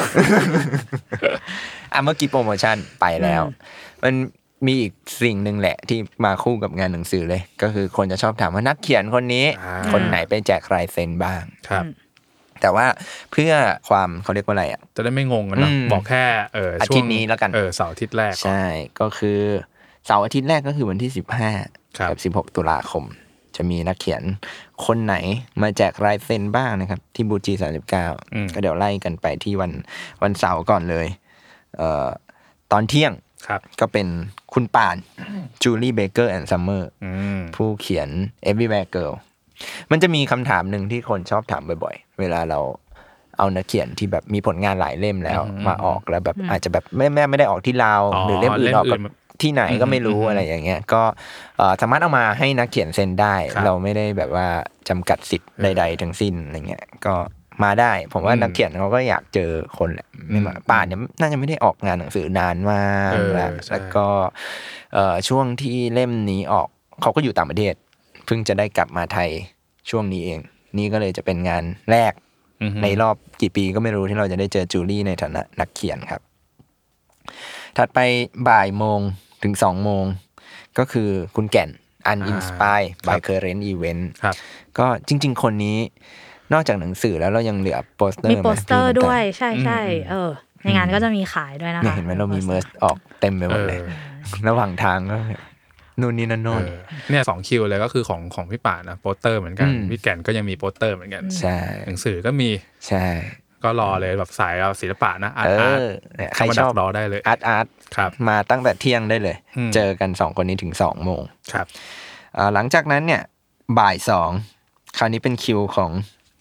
เมื่อกี้โปรโมชั่นไปแล้วมันมีอีกสิ่งนึงแหละที่มาคู่กับงานหนังสือเลยก็คือคนจะชอบถามว่านักเขียนคนนี้คนไหนไปแจกลายเซ็นบ้างครับแต่ว่าเพื่อความเขาเรียกว่าอะไรจะได้ไม่งงกันเนาะบอกแค่อาทิตย์นี้แล้วกันเสาร์อาทิตย์แรกใช่ก็คือเสาร์อาทิตย์แรกก็คือวันที่15กับ16ตุลาคมจะมีนักเขียนคนไหนมาแจกลายเซ็นบ้างนะครับที่บูจี39ก็เดี๋ยวไล่กันไปที่วันเสาร์ก่อนเลยตอนเที่ยงก็เป็นคุณป่านจูลี่เบเกอร์แอนด์ซัมเมอร์ผู้เขียน Everywhere Girl มันจะมีคำถามหนึ่งที่คนชอบถามบ่อยๆเวลาเราเอานักเขียนที่แบบมีผลงานหลายเล่มแล้วมาออกแล้วแบบอาจจะแบบไม่ได้ออกที่ลาวหรือเล่มอื่นออกกับที่ไหนก็ไม่รู้อะไรอย่างเงี้ยก็สามารถเอามาให้นักเขียนเซ็นได้เราไม่ได้แบบว่าจำกัดสิทธิ์ใดๆทั้งสิ้นอะไรเงี้ยก็มาได้ผมว่านักเขียนเขาก็อยากเจอคนแหละไม่มาป่านเนี่ยน่าจะไม่ได้ออกงานหนังสือนานมากแล้วก็ช่วงที่เล่มนี้ออกเขาก็อยู่ต่างประเทศเพิ่งจะได้กลับมาไทยช่วงนี้เองนี่ก็เลยจะเป็นงานแรกในรอบกี่ปีก็ไม่รู้ที่เราจะได้เจอจูลี่ในฐานะนักเขียนครับถัดไปบ่ายโมงถึง2โมงก็คือคุณแก่น Uninspired by Current Event ก็จริงๆคนนี้นอกจากหนังสือแล้วเรายังเหลือโปสเตอร์มีโปสเตอร์ด้วยใช่ๆในงานก็จะมีขายด้วยนะคะเห็นไหมเรามีเมอร์ชออกเต็มไปหมดเลยระหว่างทางก็นู่นนี่นั่นโน่นเนี่ย2คิวเลยก็คือของพี่ป่านะโปสเตอร์เหมือนกันพี่แก่นก็ยังมีโปสเตอร์เหมือนกันใช่หนังสือก็มีใช่ก็รอเลยแบบสายเอาศิลปะนะอาร์ตใครชอบรอได้เลยอาร์ตครับมาตั้งแต่เที่ยงได้เลยเจอกัน2คนนี้ถึง2โมงครับหลังจากนั้นเนี่ยบ่าย2คราวนี้เป็นคิวของ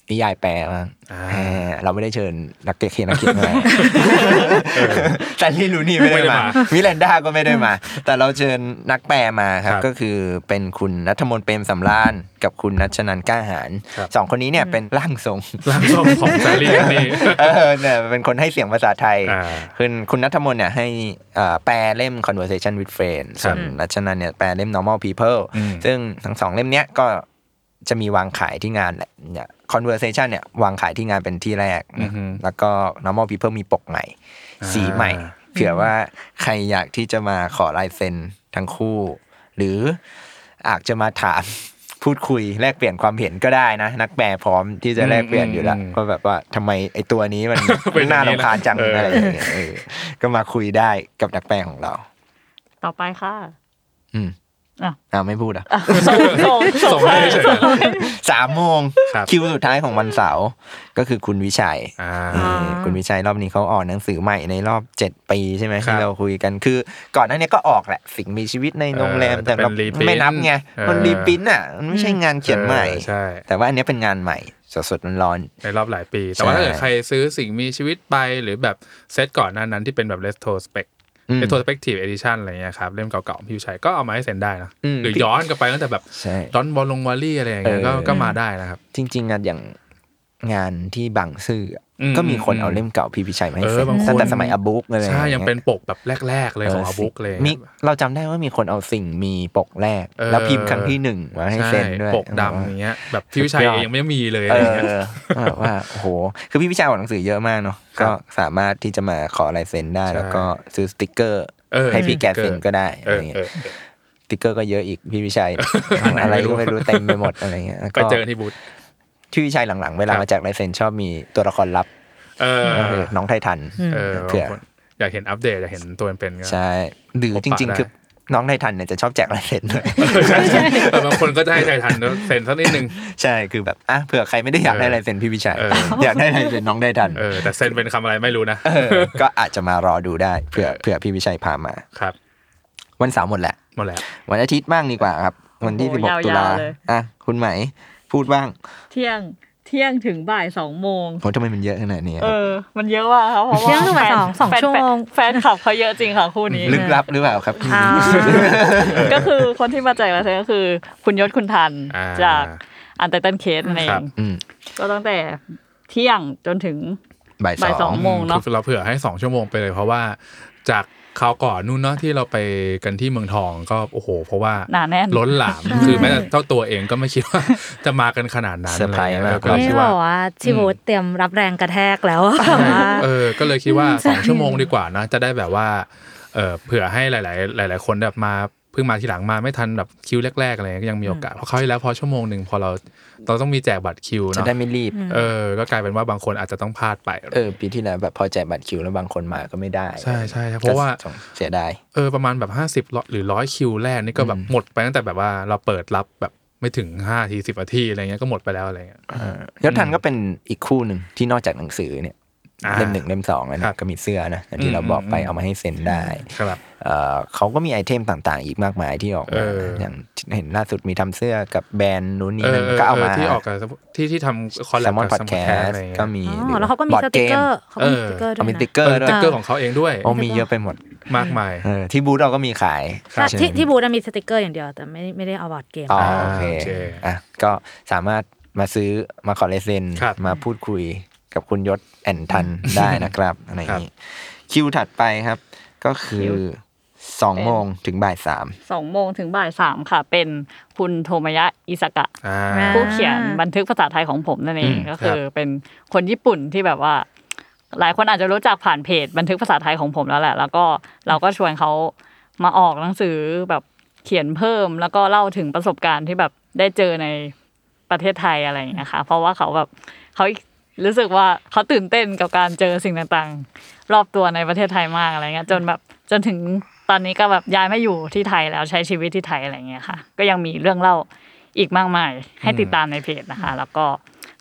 นิยายแปลมาเราไม่ได้เชิญนักเขียนมาแต่นี่รู้นี่ไม่ได้มามิแลนดาก็ไม่ได้มาแต่เราเชิญนักแปลมาครับก็คือเป็นคุณณัฐมนต์เปรมสำราญกับคุณณัชนันท์กล้าหาญ2คนนี้เนี่ยเป็นร่างทรงของแซลลี่นี่เนี่ยเป็นคนให้เสียงภาษาไทยคุณณัฐมนต์เนี่ยให้แปลเล่ม Conversation with Friends ส่วนณชนันท์เนี่ยแปลเล่ม Normal People ซึ่งทั้ง2เล่มเนี้ยก็จะมีวางขายที่งานเนี่ย Conversation เนี่ยวางขายที่งานเป็นที่แรกแล้วก็ Normal People มีปกใหม่สีใหม่เผื่อว่าใครอยากที่จะมาขอลายเซ็นทั้งคู่หรืออาจจะมาถามพูดคุยแลกเปลี่ยนความเห็นก็ได้นะนักแปลพร้อมที่จะแลกเปลี่ยนอยู่แล้วก็แบบว่าทำไมไอ้ตัวนี้มัน น่ารำคาญจังอะไรอย่างเงี้ยก็มาคุยได้กับนักแปลของเราต่อไปค่ะไม่พูดส่งให้เฉย 3 โมงคิวสุดท้ายของวันเสาร์ก็คือคุณวิชัยคุณวิชัยรอบนี้เขาออกหนังสือใหม่ในรอบ7 ปีใช่ไหมที่เราคุยกันคือก่อนหน้านี้ก็ออกแหละสิ่งมีชีวิตในโรงแรมแต่เราไม่นับไงมันรีพิ้นอ่ะมันไม่ใช่งานเขียนใหม่แต่ว่าอันนี้เป็นงานใหม่สดๆร้อนๆในรอบหลายปีแต่ว่าถ้าเกิดใครซื้อสิ่งมีชีวิตไปหรือแบบเซตก่อนหน้านั้นที่เป็นแบบ retrospect retrospective edition อะไรเงี้ยครับเล่มเก่าๆพี่ชัยก็เอามาให้เซ็นได้นะหรือย้อนกลับไปตั้งแต่แบบดอนบอลลงวอลลี่อะไรอย่างเงี้ยก็มาได้นะครับจริงๆอย่างงานที่บางซื่อก็มีคนเอาเล่มเก่าพี่พิชัยมาให้เซ็นตั้งแต่สมัยอบุ๊กเลยใช่ยังเป็นปกแบบแรกๆเลยของอบุ๊กเลยเราจำได้ว่ามีคนเอาสิ่งมีปกแรกแล้วพิมพ์ครั้งที่1มาให้เซ็นด้วยปกดำอย่างเงี้ยแบบพี่พิชัยเองไม่มีเลยอะไรเงี้ยว่าโอ้โหคือพี่พิชัยออกหนังสือเยอะมากเนาะก็สามารถที่จะมาขอลายเซ็นได้แล้วก็ซื้อสติ๊กเกอร์ให้พี่แกเซ็นก็ได้อะไรเงี้ยสติ๊กเกอร์ก็เยอะอีกพี่พิชัยอะไรก็ไม่รู้เต็มไปหมดอะไรเงี้ยก็เจอที่บูธพี่วิชัยหลังๆเวลามาแจกลายเซ็นชอบมีตัวละครลับน้องไททันเผื่ออยากเห็นอัปเดตอยากเห็นตัวเป็นๆก็ใช่หรือจริงๆคือน้องไททันเนี่ยจะชอบแจกลายเซ็นด้วยแต่บางคนก็จะให้ไททันเซ็นสักนิดนึงใช่คือแบบเผื่อใครไม่ได้อยากได้ลายเซ็นพี่วิชัยอยากได้ลายเซ็นน้องไททันแต่เซ็นเป็นคำอะไรไม่รู้นะก็อาจจะมารอดูได้เผื่อพี่วิชัยพามาครับวันเสาร์หมดแล้ววันอาทิตย์บ้างดีกว่าครับวันที่16 ตุลาคุณไหมพูดบ้างเที่ยงถึงบ่าย 2 โมงโหทำไมมันเยอะขนาดนี้มันเยอะว่ะครับเพราะว่าเที่ยงถึงบ่าย2 ชั่วโมงแฟนคลับเขาเยอะจริงค่ะคู่นี้ลึกลับหรือเปล่าครับก็คือคนที่มาแจกลายเซ็นก็คือคุณยศคุณทันจากอันไตเติ้ลเคสนั่นเองก็ตั้งแต่เที่ยงจนถึงบ่าย 2 โมงเนาะเราเผื่อให้2 ชั่วโมงไปเลยเพราะว่าจากคราวก่อนนู่นเนาะที่เราไปกันที่เมืองทองก็โอ้โหเพราะว่าล้นหลามคือแม้แต่เจ้าตัวเองก็ไม่คิดว่าจะมากันขนาดนั้นอะไรก็คิดว่าชิบูเตรียมรับแรงกระแทกแล้วก็เลยคิดว่า2 ชั่วโมงดีกว่านะจะได้แบบว่าเผื่อให้หลายคนแบบมาเพิ่งมาทีหลังมาไม่ทันแบบคิวแรกๆอะไรก็ยังมีโอกาสเพราะเขาให้แล้วพอชั่วโมงนึงพอเราต้องมีแจกบัตรคิวเนาะจะได้ไม่รีบก็กลายเป็นว่าบางคนอาจจะต้องพลาดไปปีที่แล้วแบบพอแจกบัตรคิวแล้วบางคนมาก็ไม่ได้ใช่เพราะว่าเสียดายประมาณแบบ50หรือ100คิวแรกนี่ก็แบบหมดไปตั้งแต่แบบว่าเราเปิดรับแบบไม่ถึง5 นาที10 นาทีอะไรเงี้ยก็หมดไปแล้วอะไรเงี้ยยศทันก็เป็นอีกคู่นึงที่นอกจากหนังสือเนี่ยเล่ม 1 เล่ม 2นะก็มีเสื้อนะที่เราบอกไปเอามาให้เซ็นได้เขาก็มีไอเทมต่างๆอีกมากมายที่ออกมาอย่างเห็นล่าสุดมีทำเสื้อกับแบรนด์นู้นนี่นั่นก็เอามาที่ออกกับที่ทำคอลแลบกับ Podcast ก็มีแล้วเขาก็มีสติ๊กเกอร์เขามีสติ๊กเกอร์ของเขาเองด้วยมีเยอะไปหมดมากมายที่บูธเราก็มีขายที่บูธมีสติ๊กเกอร์อย่างเดียวแต่ไม่ได้เอาบอร์ดเกมโอเคก็สามารถมาซื้อมาขอลายเซ็นมาพูดคุยกับคุณยศแอนทันได้นะครับอะไรอย่างนี้คิวถัดไปครับก็คือ2 โมงถึงบ่าย3 2 โมงถึงบ่าย3ค่ะเป็นคุณโทมายะอิซากะผู้เขียนบันทึกภาษาไทยของผมนั่นเองก็คือเป็นคนญี่ปุ่นที่แบบว่าหลายคนอาจจะรู้จักผ่านเพจบันทึกภาษาไทยของผมแล้วแหละแล้วก็เราก็ชวนเขามาออกหนังสือแบบเขียนเพิ่มแล้วก็เล่าถึงประสบการณ์ที่แบบได้เจอในประเทศไทยอะไรอย่างเงี้ยค่ะเพราะว่าเขาแบบเขารู้สึกว่าเขาตื่นเต้นกับการเจอสิ่งต่างๆรอบตัวในประเทศไทยมากอะไรเงี้ยจนถึงตอนนี้ก็แบบย้ายมาอยู่ที่ไทยแล้วใช้ชีวิตที่ไทยอะไรเงี้ยค่ะก็ยังมีเรื่องเล่าอีกมากมายให้ติดตามในเพจนะคะแล้วก็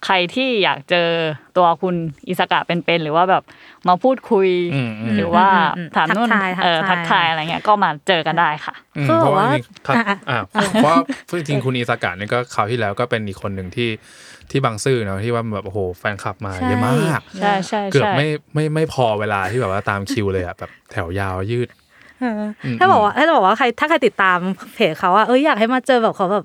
ใครที่อยากเจอตัวคุณอิสกะเป็นๆหรือว่าแบบมาพูดคุยหรือว่าถามนู่นทักทายอะไรเงี้ยก็มาเจอกันได้ค่ะเพราะว่าเพราะจริงคุณอิสกะนี่ก็คราวที่แล้วก็เป็นอีกคนหนึ่งที่บางซื่อเนาะที่ว่าแบบโอ้โหแฟนคลับมาเยอะมากใช่เกือบไม่พอเวลาที่แบบว่าตามคิวเลยอ่ะแบบแถวยาวยืดถ้าบอกว่าใครถ้าใครติดตามเพจเขาว่าอยากให้มาเจอแบบเขาแบบ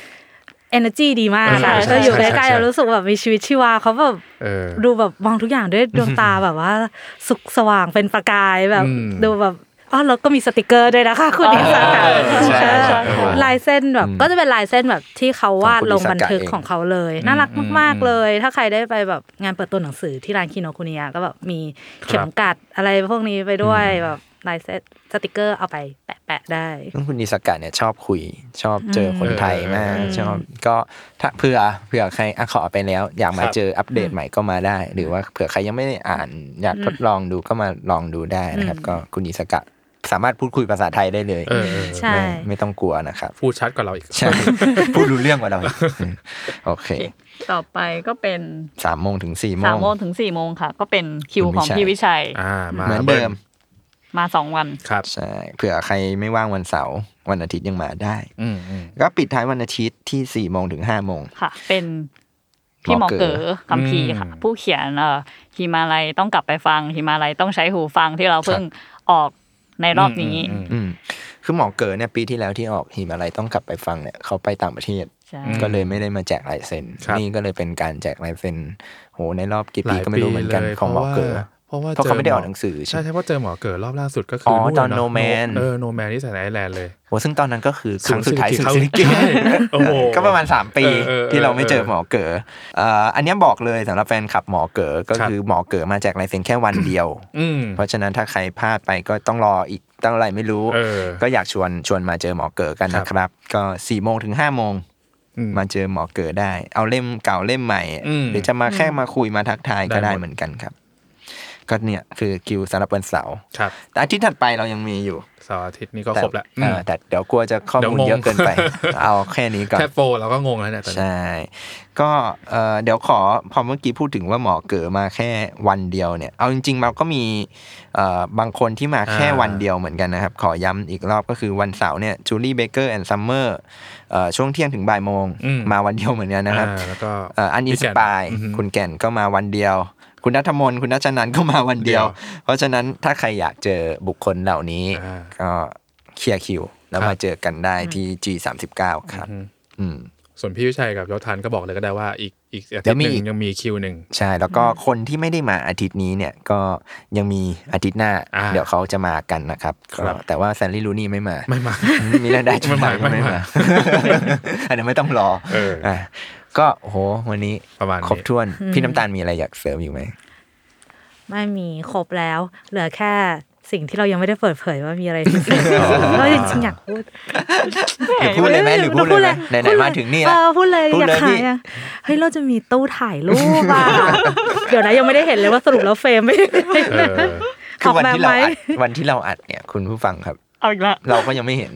energy ดีมากค่ะก็อยู่ใกล้ๆแล้วรู้สึกแบบมีชีวิตชีวาเขาแบบดูแบบมองทุกอย่างด้วยดวงตาแบบว่าสุขสว่างเป็นประกายแบบดูแบบแล้วก็มีสติกเกอร์ด้วยนะคะคุณอิสกะลายเส้นแบบก็จะเป็นลายเส้นแบบที่เขาวาดลงบันทึกของเขาเลยน่ารักมากๆเลยถ้าใครได้ไปแบบงานเปิดตัวหนังสือที่ร้านคิโนคุนิยะก็แบบมีเข็มกัดอะไรพวกนี้ไปด้วยแบบลายเส้นสติกเกอร์เอาไปแปะได้คุณอิสกะเนี่ยชอบคุยชอบเจอคนไทยมากชอบก็ถ้าเผื่อใครขอไปแล้วอยากมาเจออัปเดตใหม่ก็มาได้หรือว่าเผื่อใครยังไม่ได้อ่านอยากทดลองดูก็มาลองดูได้นะครับก็คุณอิสกะสามารถพูดคุยภาษาไทยได้เลยใช่ไม่ต้องกลัวนะครับพูดชัดกว่าเราอีกใช่พูดรู้เรื่องกว่าเราอีกโอเคต่อไปก็เป็น 3:00 นถึง 4:00 น 3:00 นถึง 4:00 นค่ะก็เป็นคิวของพี่วิชัยเหมือนเดิมมา2วันครับใช่เผื่อใครไม่ว่างวันเสาร์วันอาทิตย์ยังมาได้ก็ปิดท้ายวันอาทิตย์ที่ 4:00 นถึง 5:00 นค่ะเป็นพี่หมอเก๋อคัมภีร์ค่ะผู้เขียนหิมาลัยต้องกลับไปฟังหิมาลัยต้องใช้หูฟังที่เราเพิ่งออกในรอบนี้คือหมอเก๋อเนี่ยปีที่แล้วที่ออกหิมาลัยต้องกลับไปฟังเนี่ยเขาไปต่างประเทศก็เลยไม่ได้มาแจกลายเซ็นนี่ก็เลยเป็นการแจกลายเซ็นโหในรอบกี่ปีก็ไม่รู้เหมือนกันของหมอเก๋อเพราะเขาไม่ได้ออกหนังสือใช่เพราะเจอหมอเก๋อรอบล่าสุดก็คือตอนโนแมนโนแมนที่ใส่ไอแลนด์เลยโหซึ่งตอนนั้นก็คือครั้งสุดท้ายสุดสิกิก็ประมาณ3ปีที่เราไม่เจอหมอเก๋ออันนี้บอกเลยสำหรับแฟนคลับหมอเก๋อก็คือหมอเก๋อมาแจกลายเซ็นแค่วันเดียวเพราะฉะนั้นถ้าใครพลาดไปก็ต้องรออีกตั้งอะไรไม่รู้ก็อยากชวนมาเจอหมอเก๋อกันนะครับก็ 4:00 นถึง 5:00 นมาเจอหมอเก๋อได้เอาเล่มเก่าเล่มใหม่หรือจะมาแค่มาคุยมาทักทายก็ได้เหมือนกันครับก็เนี่ยคือคิวสำหรับวันเสาร์แต่อาทิตย์ถัดไปเรายังมีอยู่เสาร์อาทิตย์นี้ก็ครบแล้วแต่เดี๋ยวกลัวจะข้อมูลเยอะเกินไปเอาแค่นี้ก่อนแค่โฟเราก็งงแล้วเนี่ยใช่ก็เดี๋ยวพอเมื่อกี้พูดถึงว่าหมอเก๋อมาแค่วันเดียวเนี่ยเอาจริงๆเราก็มีบางคนที่มาแค่วันเดียวเหมือนกันนะครับขอย้ำอีกรอบก็คือวันเสาร์เนี่ยจูลี่เบเกอร์แอนด์ซัมเมอร์ช่วงเที่ยงถึงบ่ายโมงมาวันเดียวเหมือนกันนะครับแล้วก็อันอินสปายคุณแก่นก็มาวันเดียวคุณณัฐมนต์คุณณัชนันท์ก็มาวันเดียวเพราะฉะนั้นถ้าใครอยากเจอบุคคลเหล่านี้ก็เคลียร์คิวแล้วมาเจอกันได้ที่ G39 ครับส่วนพี่วิชัยกับยศทันก็บอกเลยก็ได้ว่าอีกอาทิตย์นึงยังมีคิวนึงใช่แล้วก็คนที่ไม่ได้มาอาทิตย์นี้เนี่ยก็ยังมีอาทิตย์หน้าเดี๋ยวเขาจะมากันนะครับแต่ว่าแซนลี่ลูนี่ไม่มามีเรื่องได้จุดไม่มาอันนี้ไม่ต้องรอก็โหวันนี้ครบถ้วนพี่น้ำตาลมีอะไรอยากเสริมอยู่ไหมไม่มีครบแล้วเหลือแค่สิ่งที่เรายังไม่ได้เปิดเผยว่ามีอะไรพิเศษก็จริงๆอยากพูดพูดเลยไหมหรือพูดเลยไหนๆมาถึงนี่แล้วพูดเลยอยากขายเฮ้ยเราจะมีตู้ถ่ายรูปอ่ะเดี๋ยวนะยังไม่ได้เห็นเลยว่าสรุปแล้วเฟรมไม่คือวันที่เราอัดเนี่ยคุณผู้ฟังครับเอาอีกแล้วเราก็ยังไม่เห็น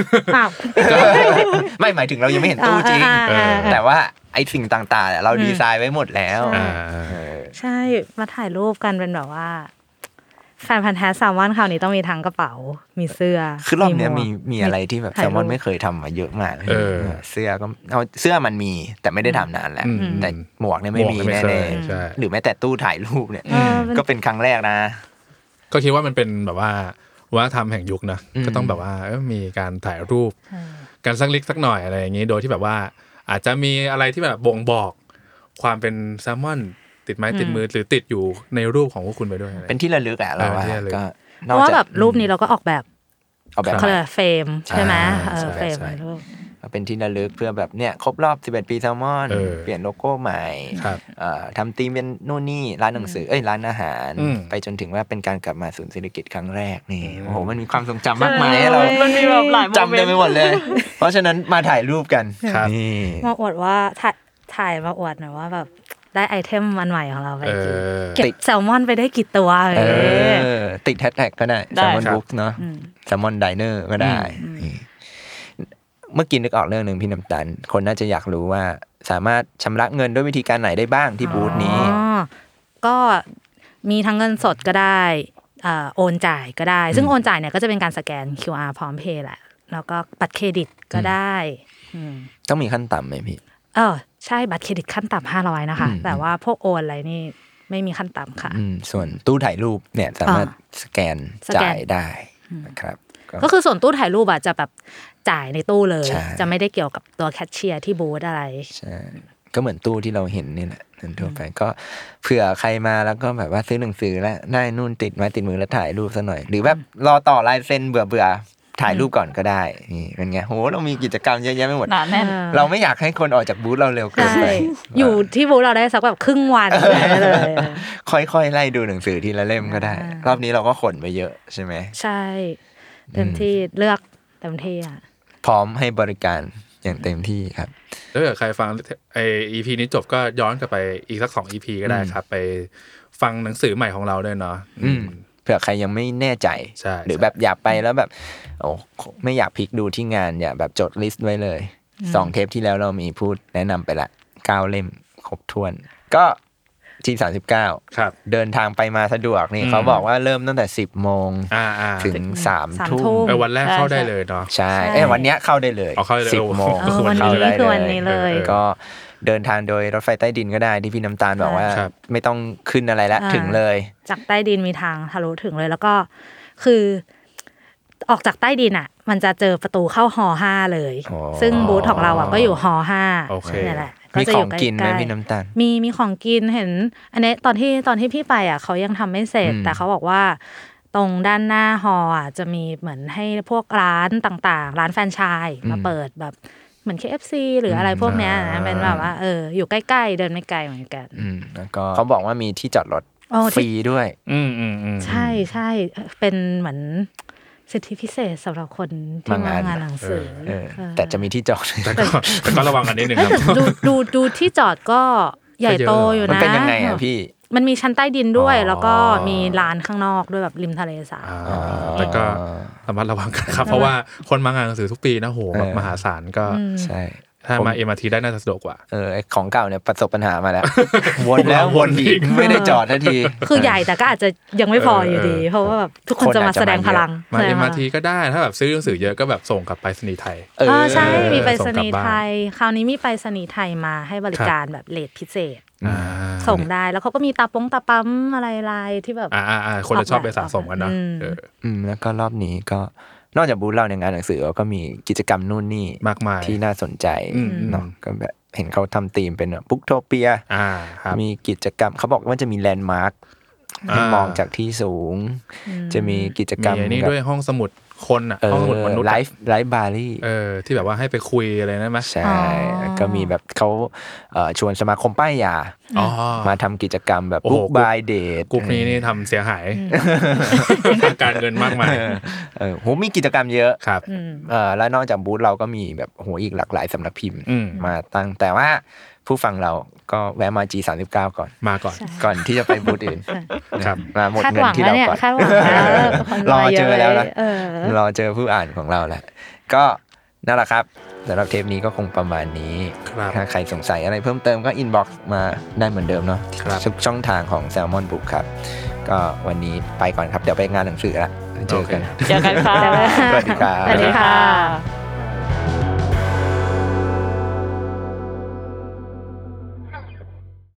ไม่หมายถึงเรายังไม่เห็นตู้จริงแต่ว่าไอ้สิ่งต่างๆเราดีไซน์ไว้หมดแล้วใช่มาถ่ายรูปกันเป็นแบบว่าแฟนพันธุ์แท้แซลมอนคราวนี้ต้องมีทั้งกระเป๋ามีเสื้อคือรอบนี้มีอะไรที่แบบแซลมอนไม่เคยทำมาเยอะมากเสื้อก็เอาเสื้อมันมีแต่ไม่ได้ทำนานแล้วแต่หมวกเนี่ยไม่มีแน่ๆหรือแม้แต่ตู้ถ่ายรูปเนี่ยก็เป็นครั้งแรกนะก็คิดว่ามันเป็นแบบว่าวัฒนธรรมแห่งยุคนะก็ต้องแบบว่ามีการถ่ายรูปกันสักเล็กสักหน่อยอะไรอย่างนี้โดยที่แบบว่าอาจจะมีอะไรที่แบบบ่งบอกความเป็นแซลมอนติดไม้ติดมือหรือติดอยู่ในรูปของพวกคุณไปด้วยเป็นที่ระลึกอะเราว่าก็เพราะว่าแบบรูปนี้เราก็ออกแบบเขาเรียกเฟรมใช่ไหมเฟรมรูปเป็นที่ระลึกเพื่อแบบเนี่ยครบรอบ11ปีแซลมอนเปลี่ยนโลโก้ใหม่ทำธีมเป็นนู่นนี่ร้านหนังสือร้านอาหารไปจนถึงว่าเป็นการกลับมาศูนย์เศรษฐกิจครั้งแรกนี่โอ้โหมันมีความทรงจำมากมายให้เรามันมีแบบหลายจำได้ไปหมดเลยเพราะฉะนั้นมาถ่ายรูปกันนี่มาอวดว่าถ่ายมาอวดหน่อยว่าแบบได้ไอเทมมันใหม่ของเราไปเก็บแซลมอนไปได้กี่ตัวติดแฮชแท็กก็ได้แซลมอนบุ๊กเนาะแซลมอนไดเนอร์ก็ได้เมื่อกี้นึกออกเรื่องนึงพี่น้ำตาลคนน่าจะอยากรู้ว่าแซสามารถชำระเงินด้วยวิธีการไหนได้บ้างที่บูธนี้ก็มีทั้งเงินสดก็ได้โอนจ่ายก็ได้ซึ่งโอนจ่ายเนี่ยก็จะเป็นการสแกน QR พร้อมเพย์แหละแล้วก็บัตรเครดิตก็ได้ต้องมีขั้นต่ำไหมพี่ใช่บัตรเครดิตขั้นต่ำ500นะคะแต่ว่าพวกโอนอะไรนี่ไม่มีขั้นต่ำค่ะส่วนตู้ถ่ายรูปเนี่ยสามารถสแกนจ่ายได้นะครับก็คือส่วนตู้ถ่ายรูปอ่ะจะแบบจ่ายในตู้เลยจะไม่ได้เกี่ยวกับตัวแคชเชียร์ที่บูธอะไรใช่ก็เหมือนตู้ที่เราเห็นนี่แหละทั่วไปก็เผื่อใครมาแล้วก็แบบว่าซื้อหนังสือแล้วได้นู่นติดไม้ติดมือแล้วถ่ายรูปซะหน่อยหรือแบบรอต่อลายเซ็นเบื่อถ่ายรูปก่อนก็ได้นี่เป็นไงโหเรามีกิจกรรมเยอะแยะไปหมดเราไม่อยากให้คนออกจากบูธเราเร็วเกินไปอยู่ที่บูธเราได้สักแบบครึ่งวันเลยค่อยๆไล่ดูหนังสือทีละเล่มก็ได้รอบนี้เราก็ขนไปเยอะใช่ไหมใช่เต็มที่เลือกเต็มที่อ่ะพร้อมให้บริการอย่างเต็มที่ครับถ้าเกิดใครฟังไอ EP นี้จบก็ย้อนกลับไปอีกสัก2 EP ก็ได้ครับไปฟังหนังสือใหม่ของเราด้วยเนาะเผื่อใครยังไม่แน่ใจหรือแบบอยากไปแล้วแบบโอ้ไม่อยากพลิกดูที่งานอย่าแบบจดลิสต์ไว้เลย2เทปที่แล้วเรามีพูดแนะนำไปละ9เล่มครบถ้วนก็ที่39 ครับเดินทางไปมาสะดวกนี่เขาบอกว่าเริ่มตั้งแต่ 10 โมงถึง 3 ทุ่มวันแรกเข้าได้เลยเนาะใช่วันนี้เข้าได้เลย10 โมงวันนี้คือวันนี้เลยก็เดินทางโดยรถไฟใต้ดินก็ได้ที่พี่น้ำตาลบอกว่าไม่ต้องขึ้นอะไรละถึงเลยจากใต้ดินมีทางทะลุถึงเลยแล้วก็คือออกจากใต้ดินอ่ะมันจะเจอประตูเข้าฮ5เลยซึ่งบูธของเราอ่ะก็อยู่ฮ5นี่แหละมีของกินไหมพี่น้ำตาลมีของกินเห็นอันนี้ตอนที่พี่ไปอ่ะเขายังทำไม่เสร็จแต่เขาบอกว่าตรงด้านหน้าฮอ่ะจะมีเหมือนให้พวกร้านต่างๆร้านแฟรนไชส์มาเปิดแบบเหมือน KFC หรืออะไรพวกเนี้ยนะเป็นแบบว่าอยู่ใกล้ๆเดินไม่ไกลเหมือนกันแล้วก็เขาบอกว่ามีที่จอดรถฟรีด้วยใช่เป็นเหมือนสิทธิพิเศษสำหรับคนที่มางานหนังสือแต่จะมีที่จอดแต่ก็ระวังกันนิดนึงครับดูที่จอดก็ใหญ่โตอยู่นะมันเป็นยังไงอ่ะพี่มันมีชั้นใต้ดินด้วยแล้วก็มีลานข้างนอกด้วยแบบริมทะเลสาบแต่ก็ระมัดระวังกันครับเพราะว่าคนมางานหนังสือทุกปีนะโหแบบมหาศาลก็ใช่ถ้ามา MRT ได้น่าจะสะดวกกว่าของเก่าเนี่ยประสบปัญหามาแล้ววนแล้ววนอีกไม่ได้จอดทันทีคือใหญ่แต่ก็อาจจะยังไม่พออยู่ดีเพราะว่าแบบทุกคนจะมาแสดงพลังมา MRT ก็ได้ถ้าแบบซื้อหนังสือเยอะก็แบบส่งกลับไปรษณีย์ไทยใช่มีไปรษณีย์ไทยคราวนี้มีไปรษณีย์ไทยมาให้บริการแบบเรทพิเศษส่งได้แล้วเขาก็มีตาปั๊มอะไรที่แบบคนจะชอบไปสะสมกันเนาะแล้วก็รอบนี้ก็นอกจากบูธเราในงานหนังสือก็มีกิจกรรมนู่นนี่มากมายที่น่าสนใจเนาะก็แบบเห็นเขาทำธีมเป็นบุ๊กโทเปียมีกิจกรรมเขาบอกว่าจะมีแลนด์มาร์คให้มองจากที่สูงจะมีกิจกรรมนี่ด้วยห้องสมุดคนอ่ะห้องสมุดมนุษย์ไลฟ์บารี่ที่แบบว่าให้ไปคุยอะไรนั่นมั้ยใช่ก็มีแบบเขาชวนสมาคมป้ายยามาทำกิจกรรมแบบบุ๊กบายเดทกลุ่มนี้นี่ทำเสียหายการเงินมากมายโหมีกิจกรรมเยอะครับแล้วนอกจากบูธเราก็มีแบบโหอีกหลากหลายสำนักพิมพ์มาตั้งแต่ว่าผู้ฟังเราก็แวะมา G39 ก่อนมาก่อนที่จะไปบูธอื่นครับมาหมดเงินที่เราก่อนรอเจอแล้วนะรอเจอผู้อ่านของเราแหละก็นั่นแหละครับสำหรับเทปนี้ก็คงประมาณนี้ถ้าใครสงสัยอะไรเพิ่มเติมก็อินบ็อกซ์มาได้เหมือนเดิมเนาะทุกช่องทางของ Salmon Book ครับก็วันนี้ไปก่อนครับเดี๋ยวไปงานหนังสือละเจอกันค่ะสวัสดีครับสวัสดีค่ะ